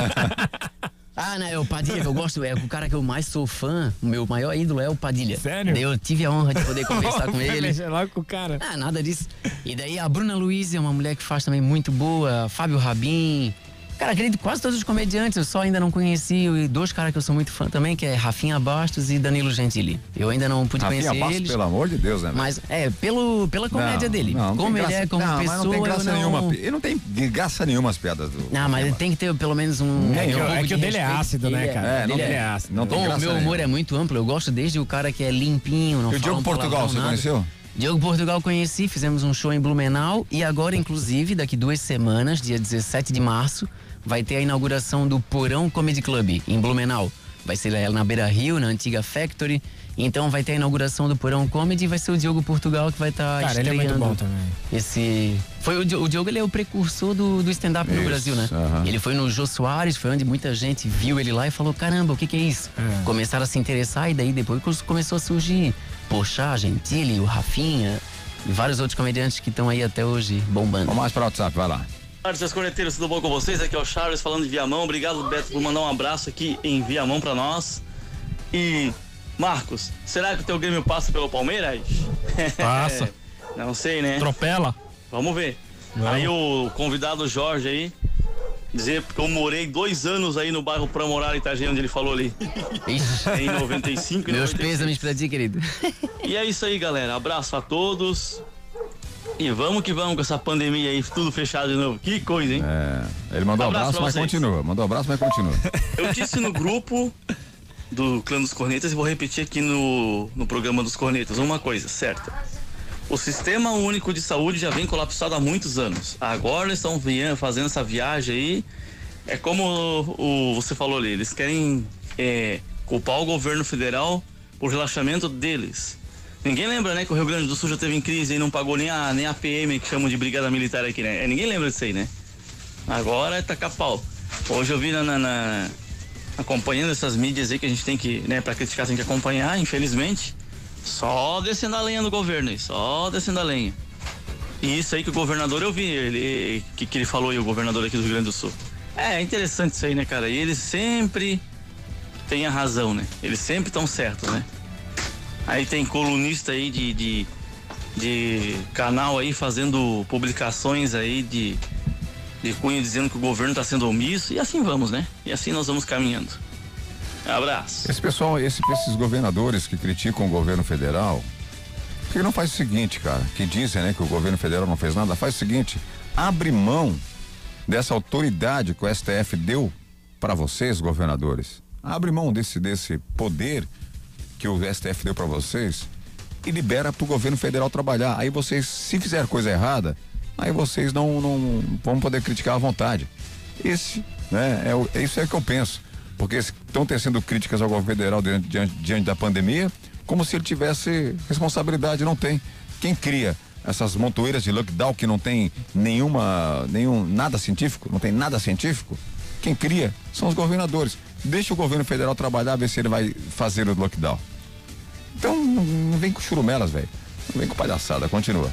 Ah, né, o Padilha que eu gosto, é o cara que eu mais sou fã, o meu maior ídolo é o Padilha. Sério? Daí eu tive a honra de poder conversar com ele. Logo com o cara. Ah, nada disso. E daí a Bruna Luiz é uma mulher que faz também muito boa, Fábio Rabin. Cara, acredito quase todos os comediantes, eu só ainda não conheci 2 caras que eu sou muito fã também, que é Rafinha Bastos e Danilo Gentili. Eu ainda não pude conhecer Bastos, eles. Pelo amor de Deus, né? Mas pela comédia dele. Não como ele é, como pessoa, mas não tem graça nenhuma. Ele não tem graça nenhuma as piadas do... Não, mas ele tem que ter pelo menos um... É que o dele é ácido, né, cara? Ele é ácido. Não tem graça o meu humor é muito amplo, eu gosto desde o cara que é limpinho, não fala o Diogo Portugal, você conheceu? Diogo Portugal conheci, fizemos um show em Blumenau e agora, inclusive, daqui 2 semanas, dia 17 de março, vai ter a inauguração do Porão Comedy Club em Blumenau. Vai ser na Beira Rio, na antiga Factory. Então vai ter a inauguração do Porão Comedy e vai ser o Diogo Portugal que vai estar estreando. Ele é muito bom também. O Diogo, ele é o precursor do stand-up no Brasil, né? Ele foi no Jô Soares, foi onde muita gente viu ele lá e falou, caramba, o que é isso? Começaram a se interessar e daí depois começou a surgir Porchat, Gentili, o Rafinha e vários outros comediantes que estão aí até hoje bombando. Vamos mais para o WhatsApp, vai lá. Boa tarde, seus corneteiros, tudo bom com vocês? Aqui é o Charles falando de Viamão. Obrigado, Beto, por mandar um abraço aqui em Viamão pra nós. E, Marcos, será que o teu Grêmio passa pelo Palmeiras? Passa. Não sei, né? Atropela. Vamos ver. Vamos. Aí o convidado Jorge aí, dizer que eu morei 2 anos aí no bairro Pramorar, Itajaí, onde ele falou ali. Ixi. Em 95 e Meus 96. pêsames pra ti, querido. E é isso aí, galera. Abraço a todos. E vamos que vamos com essa pandemia aí, tudo fechado de novo. Que coisa, hein? Ele mandou abraço, mas continua. Mandou abraço, mas continua. Eu disse no grupo do Clã dos Cornetas e vou repetir aqui no programa dos Cornetas uma coisa, certa. O Sistema Único de Saúde já vem colapsado há muitos anos. Agora eles estão fazendo essa viagem aí. É como você falou ali, eles querem culpar o governo federal por relaxamento deles. Ninguém lembra, né, que o Rio Grande do Sul já teve em crise e não pagou nem a PM, que chamam de Brigada Militar aqui, né? Ninguém lembra disso aí, né? Agora é tacar pau. Hoje eu vi acompanhando essas mídias aí que a gente tem que, né, pra criticar tem que acompanhar, infelizmente, só descendo a lenha no governo aí, só descendo a lenha. E isso aí que o governador, eu vi, que ele falou aí, o governador aqui do Rio Grande do Sul. É interessante isso aí, né, cara? E eles sempre têm a razão, né? Eles sempre estão certos, né? Aí tem colunista aí de canal aí fazendo publicações aí de cunho dizendo que o governo está sendo omisso e assim vamos, né? E assim nós vamos caminhando. Abraço. Esse pessoal, esses governadores que criticam o governo federal, por que não faz o seguinte, cara? Que dizem, né, que o governo federal não fez nada, faz o seguinte, abre mão dessa autoridade que o STF deu para vocês, governadores. Abre mão desse poder que o STF deu para vocês e libera pro governo federal trabalhar. Aí vocês, se fizer coisa errada, aí vocês não vão poder criticar à vontade. Isso é o que eu penso, porque estão tecendo críticas ao governo federal diante da pandemia, como se ele tivesse responsabilidade. Não tem. Quem cria essas montoeiras de lockdown que não tem nada científico, não tem nada científico, quem cria são os governadores. Deixa o governo federal trabalhar, ver se ele vai fazer o lockdown. Então, não vem com churumelas, velho. Não vem com palhaçada, continua.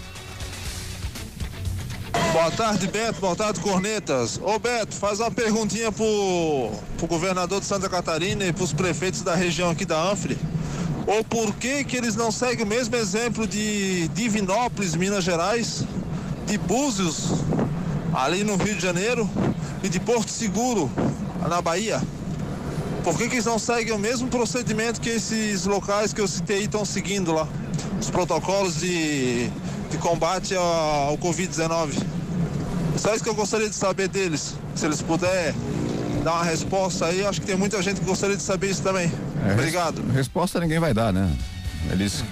Boa tarde, Beto. Boa tarde, Cornetas. Ô, Beto, faz uma perguntinha pro governador de Santa Catarina e pros prefeitos da região aqui da Anfre. Ou por que eles não seguem o mesmo exemplo de Divinópolis, Minas Gerais, de Búzios, ali no Rio de Janeiro, e de Porto Seguro, na Bahia? Por que eles não seguem o mesmo procedimento que esses locais que eu citei estão seguindo lá? Os protocolos de combate ao Covid-19. Só isso que eu gostaria de saber deles. Se eles puderem dar uma resposta aí. Acho que tem muita gente que gostaria de saber isso também. Obrigado. Resposta ninguém vai dar, né? Eles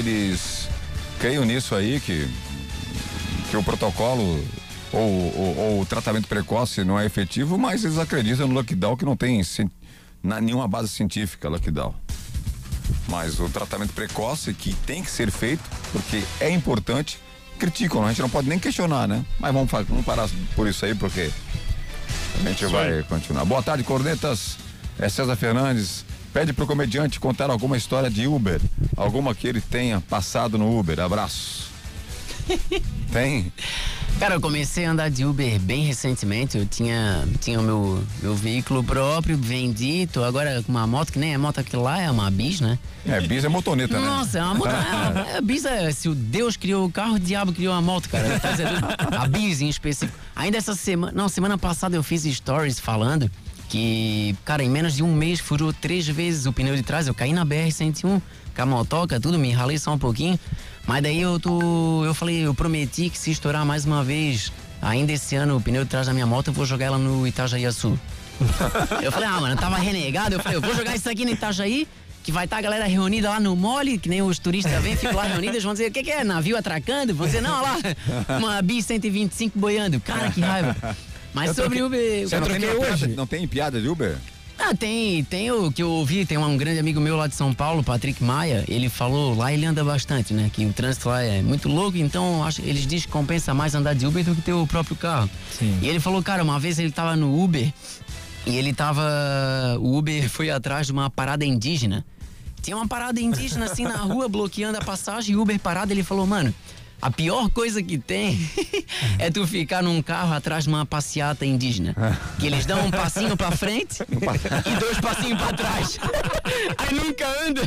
creiam nisso aí que o protocolo ou o tratamento precoce não é efetivo, mas eles acreditam no lockdown que não tem nenhuma base científica, lockdown. Mas o tratamento precoce, que tem que ser feito, porque é importante, criticam, a gente não pode nem questionar, né? Mas vamos parar por isso aí, porque a gente vai continuar. Boa tarde, cornetas. É César Fernandes. Pede pro comediante contar alguma história de Uber, alguma que ele tenha passado no Uber. Abraço. Tem? Cara, eu comecei a andar de Uber bem recentemente. Eu tinha o meu veículo próprio, vendi, tô agora com uma moto, que nem é moto aquilo lá, é uma Bis, né? Bis é motoneta, né? Nossa, é uma moto. A Bis se o Deus criou o carro, o diabo criou a moto, cara. A Bis em específico. Ainda essa semana passada eu fiz stories falando que, cara, em menos de um mês furou 3 vezes o pneu de trás. Eu caí na BR-101 com a motoca, tudo, me ralei só um pouquinho. Mas daí eu prometi que se estourar mais uma vez, ainda esse ano, o pneu de trás da minha moto, eu vou jogar ela no Itajaí-Açu. Eu falei, mano, eu tava renegado, eu falei, eu vou jogar isso aqui no Itajaí, que vai estar a galera reunida lá no mole, que nem os turistas vêm, ficam lá reunidos, eles vão dizer, o que é? Navio atracando? Vão dizer, não, olha lá, uma Bis 125 boiando. Cara, que raiva. Mas sobre Uber... Você não tem piada de Uber? Tem o que eu ouvi, tem um grande amigo meu lá de São Paulo, Patrick Maia, ele falou, lá ele anda bastante, né, que o trânsito lá é muito louco, então eles dizem que compensa mais andar de Uber do que ter o próprio carro. Sim. E ele falou, cara, uma vez ele tava no Uber, e o Uber foi atrás de uma parada indígena. Tinha uma parada indígena assim na rua, bloqueando a passagem, e o Uber parado, ele falou, mano, a pior coisa que tem é tu ficar num carro atrás de uma passeata indígena. Que eles dão um passinho pra frente e 2 passinhos pra trás. Aí nunca anda.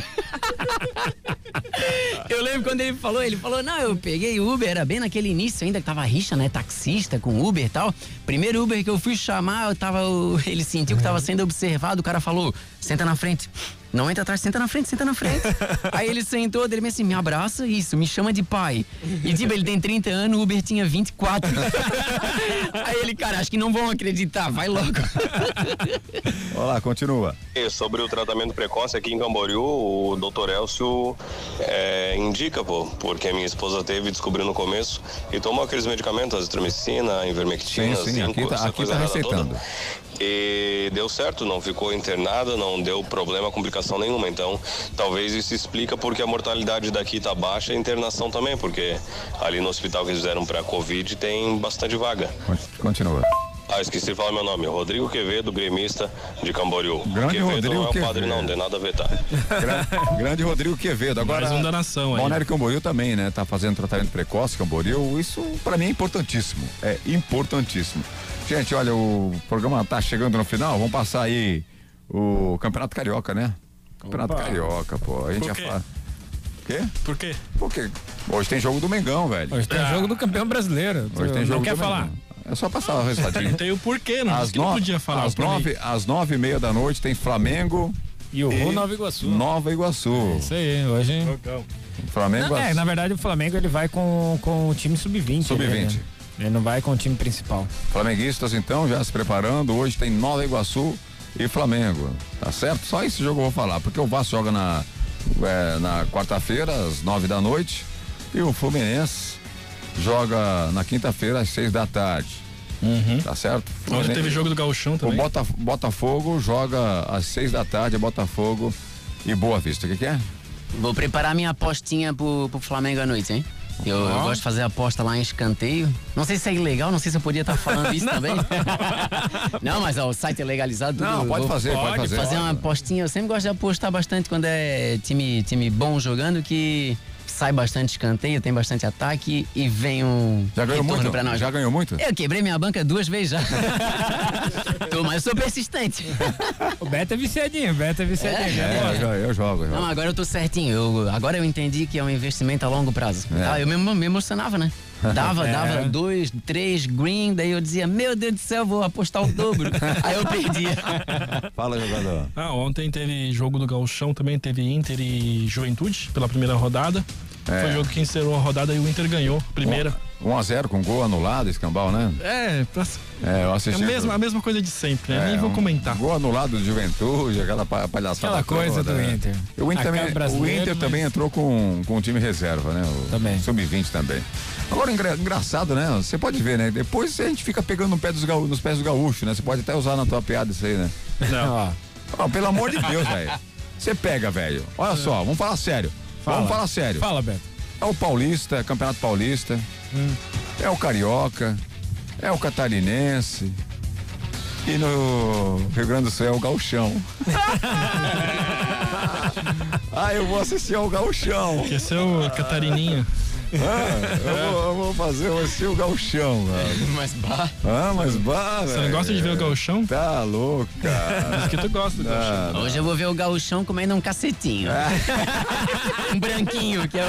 Eu lembro quando ele falou, não, eu peguei Uber, era bem naquele início ainda, que tava rixa, né, taxista com Uber e tal. Primeiro Uber que eu fui chamar, ele sentiu que tava sendo observado, o cara falou, senta na frente. Não entra atrás, senta na frente. Aí ele sentou, ele assim, me abraça, isso, me chama de pai. E tipo, ele tem 30 anos, o Uber tinha 24. Aí ele, cara, acho que não vão acreditar, vai logo. Olha lá, continua. Sobre o tratamento precoce aqui em Camboriú, o Dr. Elcio indica, porque minha esposa descobriu no começo e tomou aqueles medicamentos, azitromicina, ivermectina, zinco, aqui tá receitando. Toda. E deu certo, não ficou internada, não deu problema, complicação nenhuma. Então, talvez isso explica porque a mortalidade daqui tá baixa e a internação também, porque ali no hospital que eles fizeram pra Covid tem bastante vaga. Continua. Esqueci de falar meu nome, Rodrigo Quevedo, gremista de Camboriú. Grande Quevedo Rodrigo não é o Quevedo. padre não tem nada a ver, tá? Grande Rodrigo Quevedo. Agora, mais um da nação aí. Balneário Camboriú também, né? Tá fazendo tratamento precoce, Camboriú. Isso pra mim é importantíssimo. É importantíssimo. Gente, olha, o programa tá chegando no final. Vamos passar aí o Campeonato Carioca, né? Campeonato Carioca, pô. A gente já fala. Quê? Por quê? Porque hoje tem jogo do Mengão, velho. Hoje tem jogo do campeão brasileiro. Hoje tem jogo não quer do falar? Mengão. É só passar o resultadinho. Tem o porquê, não disse que não podia falar. Às 9h30 da noite tem Flamengo e o Nova Iguaçu. Nova Iguaçu. Isso aí, hoje. Flamengo. Na verdade o Flamengo ele vai com o time sub-20. Sub-20. Ele não vai com o time principal. Flamenguistas então já se preparando. Hoje tem Nova Iguaçu e Flamengo. Tá certo? Só esse jogo eu vou falar, porque o Vasco joga na quarta-feira às 9 da noite e o Fluminense joga na quinta-feira às 6 da tarde. Tá certo? Hoje teve jogo do Gauchão também. O Botafogo joga às 6 da tarde, Botafogo e Boa Vista. O que é? Vou preparar minha apostinha pro Flamengo à noite, hein? Eu gosto de fazer aposta lá em escanteio. Não sei se é ilegal, não sei se eu podia estar falando isso também. Não, mas o site é legalizado. Não, pode fazer. Fazer uma apostinha. Eu sempre gosto de apostar bastante quando é time bom jogando, que sai bastante escanteio, tem bastante ataque e vem um já ganhou retorno muito? Pra nós. Já ganhou muito? Eu quebrei minha banca 2 vezes já. Mas eu sou persistente. O Beto é viciadinho, Eu jogo. Não, agora eu tô certinho. Agora eu entendi que é um investimento a longo prazo. Eu mesmo me emocionava, né? Dava 2, 3 green, daí eu dizia, meu Deus do céu, vou apostar o dobro. Aí eu perdia. Fala, jogador. Ontem teve jogo do Gauchão também, teve Inter e Juventude pela primeira rodada. Foi o jogo que encerrou a rodada e o Inter ganhou, primeira. 1-0 com gol anulado, escambau, né? Eu assisti. A mesma coisa de sempre, né? Nem vou comentar. Gol anulado de Juventude, aquela palhaçada. Aquela coisa do Inter. O Inter também entrou com o time reserva, né? Também. Sub-20 também. Agora, engraçado, né? Você pode ver, né? Depois a gente fica pegando nos pés dos gaúchos, né? Você pode até usar na tua piada isso aí, né? Não, pelo amor de Deus, velho. Você pega, velho. Olha só, vamos falar sério. Vamos falar sério. Fala, Beto. É o Paulista, Campeonato Paulista. É o Carioca. É o Catarinense. E no Rio Grande do Sul é o Gauchão. Eu vou assistir ao Gauchão. Esse é o Catarininha. Eu vou fazer o Gauchão, velho. Mas bah. Você não gosta de ver o Gauchão? Tá louco, cara. Diz que tu gosta do Gauchão. Hoje eu vou ver o Gauchão comendo um cacetinho. Um branquinho, que é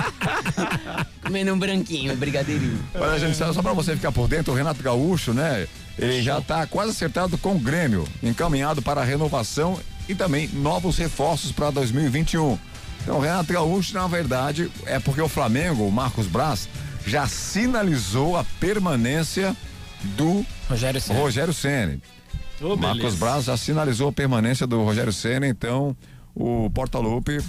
o... comendo um branquinho, brigadeirinho. Olha, gente, só pra você ficar por dentro, o Renato Gaúcho, né? Ele já tá quase acertado com o Grêmio, encaminhado para a renovação e também novos reforços para 2021. Então, o Renato Gaúcho, na verdade, é porque o Flamengo, o Marcos Braz, já sinalizou a permanência do Rogério Ceni. Marcos Braz já sinalizou a permanência do Rogério Ceni, então o Portaluppi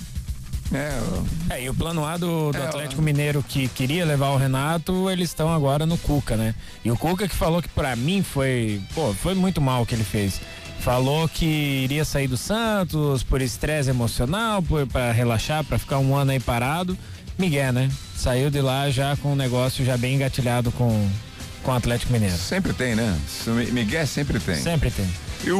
e o plano A do Atlético Mineiro, que queria levar o Renato, eles estão agora no Cuca, né? E o Cuca que falou que pra mim foi muito mal o que ele fez. Falou que iria sair do Santos por estresse emocional, para relaxar, para ficar um ano aí parado. Miguel, né? Saiu de lá já com o negócio já bem engatilhado com o Atlético Mineiro. Sempre tem, né? Miguel sempre tem. Sempre tem.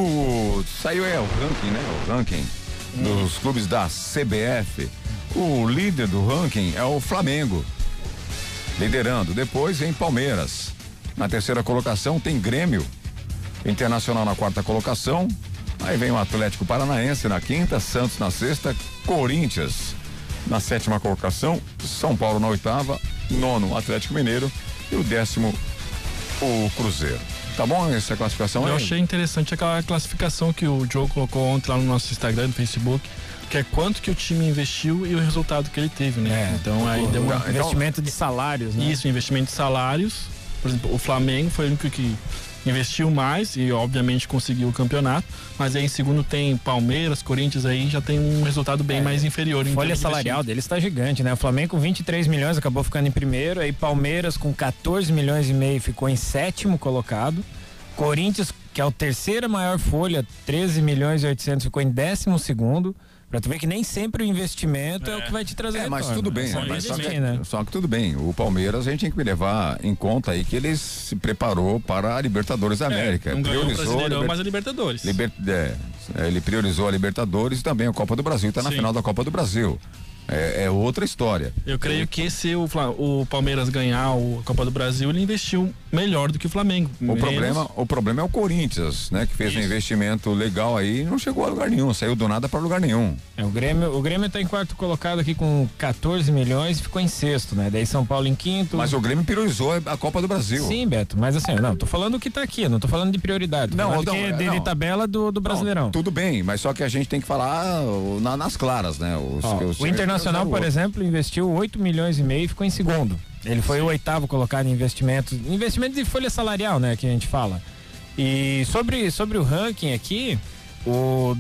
E saiu o ranking, né? O ranking dos clubes da CBF. O líder do ranking é o Flamengo, liderando. Depois vem Palmeiras. Na terceira colocação tem Grêmio. Internacional na quarta colocação. Aí vem o Atlético Paranaense na quinta, Santos na sexta, Corinthians na sétima colocação, São Paulo na oitava, nono Atlético Mineiro e o 10º o Cruzeiro. Tá bom essa classificação aí? Eu achei interessante aquela classificação que o Joe colocou ontem lá no nosso Instagram, no Facebook, que é quanto que o time investiu e o resultado que ele teve, né? Então aí deu um investimento de salários, né? Isso, investimento de salários. Por exemplo, o Flamengo foi o único que investiu mais e obviamente conseguiu o campeonato, mas aí em segundo tem Palmeiras, Corinthians, aí já tem um resultado bem mais inferior. A folha salarial deles está gigante, né? O Flamengo com 23 milhões acabou ficando em primeiro, aí Palmeiras com 14 milhões e meio ficou em sétimo colocado, Corinthians, que é a terceira maior folha, 13 milhões e 800, ficou em 12º. Pra tu ver que nem sempre o investimento é o que vai te trazer mas retorno. Tudo bem, só que tudo bem, o Palmeiras a gente tem que levar em conta aí que ele se preparou para a Libertadores da América. Não ganhou o Brasileirão, mas a Libertadores. Ele priorizou a Libertadores e também a Copa do Brasil, tá na final da Copa do Brasil. É outra história. Eu creio que se o Palmeiras ganhar a Copa do Brasil, ele investiu melhor do que o Flamengo. O problema é o Corinthians, né? Que fez um investimento legal aí e não chegou a lugar nenhum, saiu do nada para lugar nenhum. O Grêmio tá em quarto colocado aqui com 14 milhões e ficou em sexto, né? Daí São Paulo em quinto. Mas o Grêmio priorizou a Copa do Brasil. Sim, Beto, mas assim, não, tô falando o que tá aqui, não tô falando de prioridade. De tabela do Brasileirão. Não, tudo bem, mas só que a gente tem que falar nas claras, né? O Internacional, por exemplo, investiu 8 milhões e meio e ficou em segundo. Ele foi o oitavo colocado em investimento de folha salarial, né, que a gente fala. E sobre o ranking aqui, o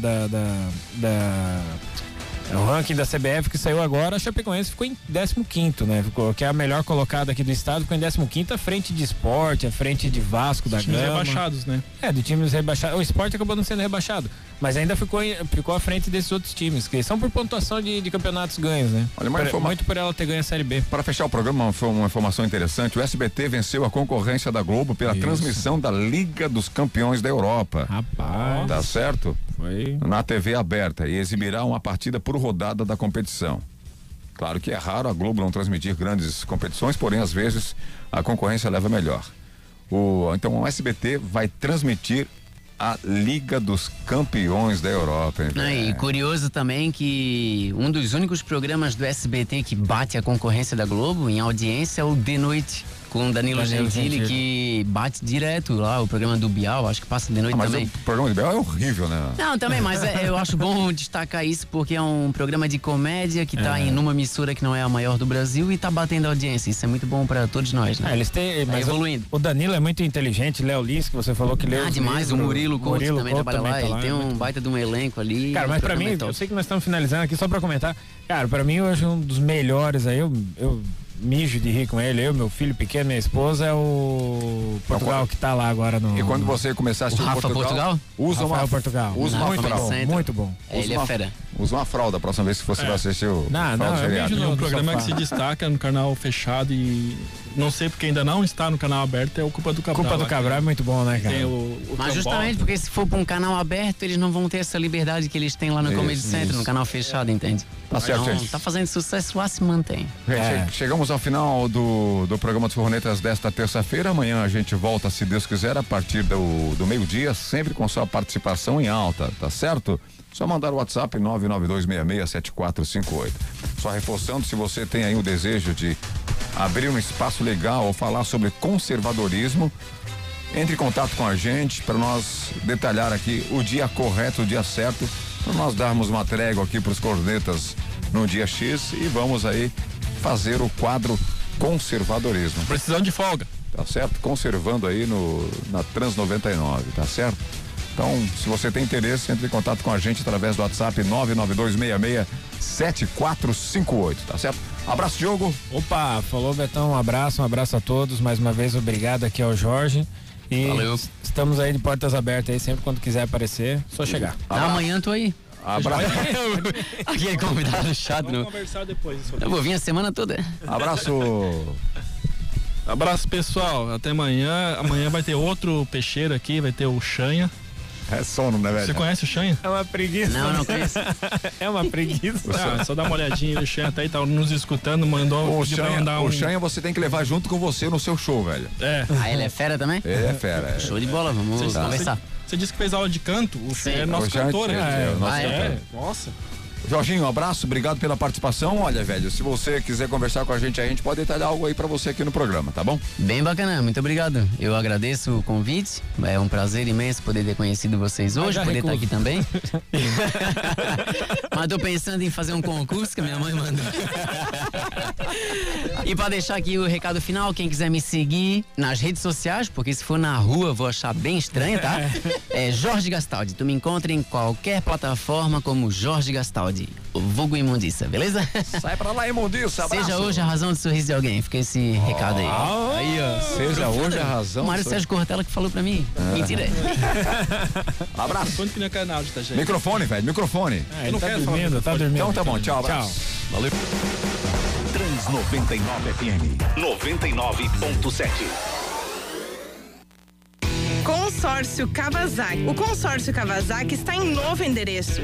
ranking da CBF que saiu agora, a Chapecoense ficou em 15º, né? Que é a melhor colocada aqui do estado, ficou em 15º, à frente de Sport, à frente de Vasco da Gama. Times rebaixados, né? De times rebaixados. O Sport acabou não sendo rebaixado, mas ainda ficou à frente desses outros times, que são por pontuação de campeonatos ganhos, né? Olha, muito por ela ter ganho a Série B. Para fechar o programa, foi uma informação interessante. O SBT venceu a concorrência da Globo pela transmissão da Liga dos Campeões da Europa. Rapaz. Tá certo? Foi. Na TV aberta, e exibirá uma partida por rodada da competição. Claro que é raro a Globo não transmitir grandes competições, porém às vezes a concorrência leva melhor. Então o SBT vai transmitir a Liga dos Campeões da Europa. E curioso também que um dos únicos programas do SBT que bate a concorrência da Globo em audiência é o De Noite Com Danilo Gentili, que bate direto lá, o programa do Bial, acho que passa de noite também. O programa do Bial é horrível, né? Não, também, mas eu acho bom destacar isso, porque é um programa de comédia que tá em uma emissora que não é a maior do Brasil e tá batendo audiência. Isso é muito bom pra todos nós, né? Eles têm, mas evoluindo. O Danilo é muito inteligente, Léo Lins, que você falou que leu. Demais, o Murilo Couto também trabalha lá, ele tem um baita de um elenco ali. Cara, mas pra mim, eu sei que nós estamos finalizando aqui só pra comentar. Cara, pra mim hoje um dos melhores aí, eu mijo de rir com ele, meu filho pequeno, minha esposa, é o Portugal que tá lá agora no... E quando você começar a assistir o Portugal? Usa uma Portugal. Usa uma fralda. Muito bom. Ele é fera. Usa uma fralda a próxima vez que você vai assistir o... É um programa que se destaca no canal fechado e não sei porque ainda não está no canal aberto, é o Culpa do Cabral. Culpa do Cabral é muito bom, né, cara? Mas justamente porque se for pra um canal aberto, eles não vão ter essa liberdade que eles têm lá no Comedy Center, no canal fechado, entende? Tá certo, gente. Tá fazendo sucesso lá, se mantém. Chegamos ao final do programa dos Cornetas desta terça-feira. Amanhã a gente volta, se Deus quiser, a partir do meio-dia, sempre com sua participação em alta, tá certo? Só mandar o WhatsApp 992667458. Só reforçando, se você tem aí o desejo de abrir um espaço legal ou falar sobre conservadorismo, entre em contato com a gente para nós detalhar aqui o dia correto, o dia certo, para nós darmos uma trégua aqui para os cornetas no dia X e vamos aí fazer o quadro conservadorismo. Precisando de folga. Tá certo? Conservando aí na Trans 99, tá certo? Então, se você tem interesse, entre em contato com a gente através do WhatsApp 992667458, tá certo? Abraço, Diogo. Opa, falou, Betão, um abraço a todos, mais uma vez obrigado aqui ao Jorge e valeu. Estamos aí de portas abertas aí, sempre quando quiser aparecer, só chegar. Amanhã tô aí. Abraço. Aquele convidado chato. Vamos conversar depois. Eu vou vir a semana toda. Abraço, pessoal, até amanhã. Amanhã vai ter outro peixeiro aqui, vai ter o Chanha. É sono, né, velho? Você conhece o Chanha? É uma preguiça. Não conheço. É uma preguiça. É só dá uma olhadinha. O Chanha até tá nos escutando, mandou. O Chanha você tem que levar junto com você no seu show, velho. Ele é fera também? Ele é fera. Show de bola, vamos conversar. Você disse que fez aula de canto, o Chanha é nosso cantor, né? Nossa. Jorginho, um abraço, obrigado pela participação. Olha, velho, se você quiser conversar com a gente pode detalhar algo aí pra você aqui no programa, tá bom? Bem bacana, muito obrigado. Eu agradeço o convite, é um prazer imenso poder ter conhecido vocês hoje, poder estar aqui também. Mas tô pensando em fazer um concurso que a minha mãe mandou. E pra deixar aqui o recado final, quem quiser me seguir nas redes sociais, porque se for na rua eu vou achar bem estranho, tá? É Jorge Gastaldi, tu me encontra em qualquer plataforma como Jorge Gastaldi. O vulgo imundiça, beleza? Sai pra lá, imundiça, abraço. Seja hoje a razão do sorriso de alguém, fica esse recado aí. Aí, ó. Seja hoje a razão. O Mário Sérgio Cortella que falou pra mim. Mentira. Abraço. Quanto que não é canal de gente? Microfone, velho, microfone. Ele tá dormindo, tá dormindo. Então tá bom, tchau, abraço. Tchau. Valeu. Trans 99 FM 99.7. Consórcio Kawasaki. O Consórcio Kawasaki está em novo endereço.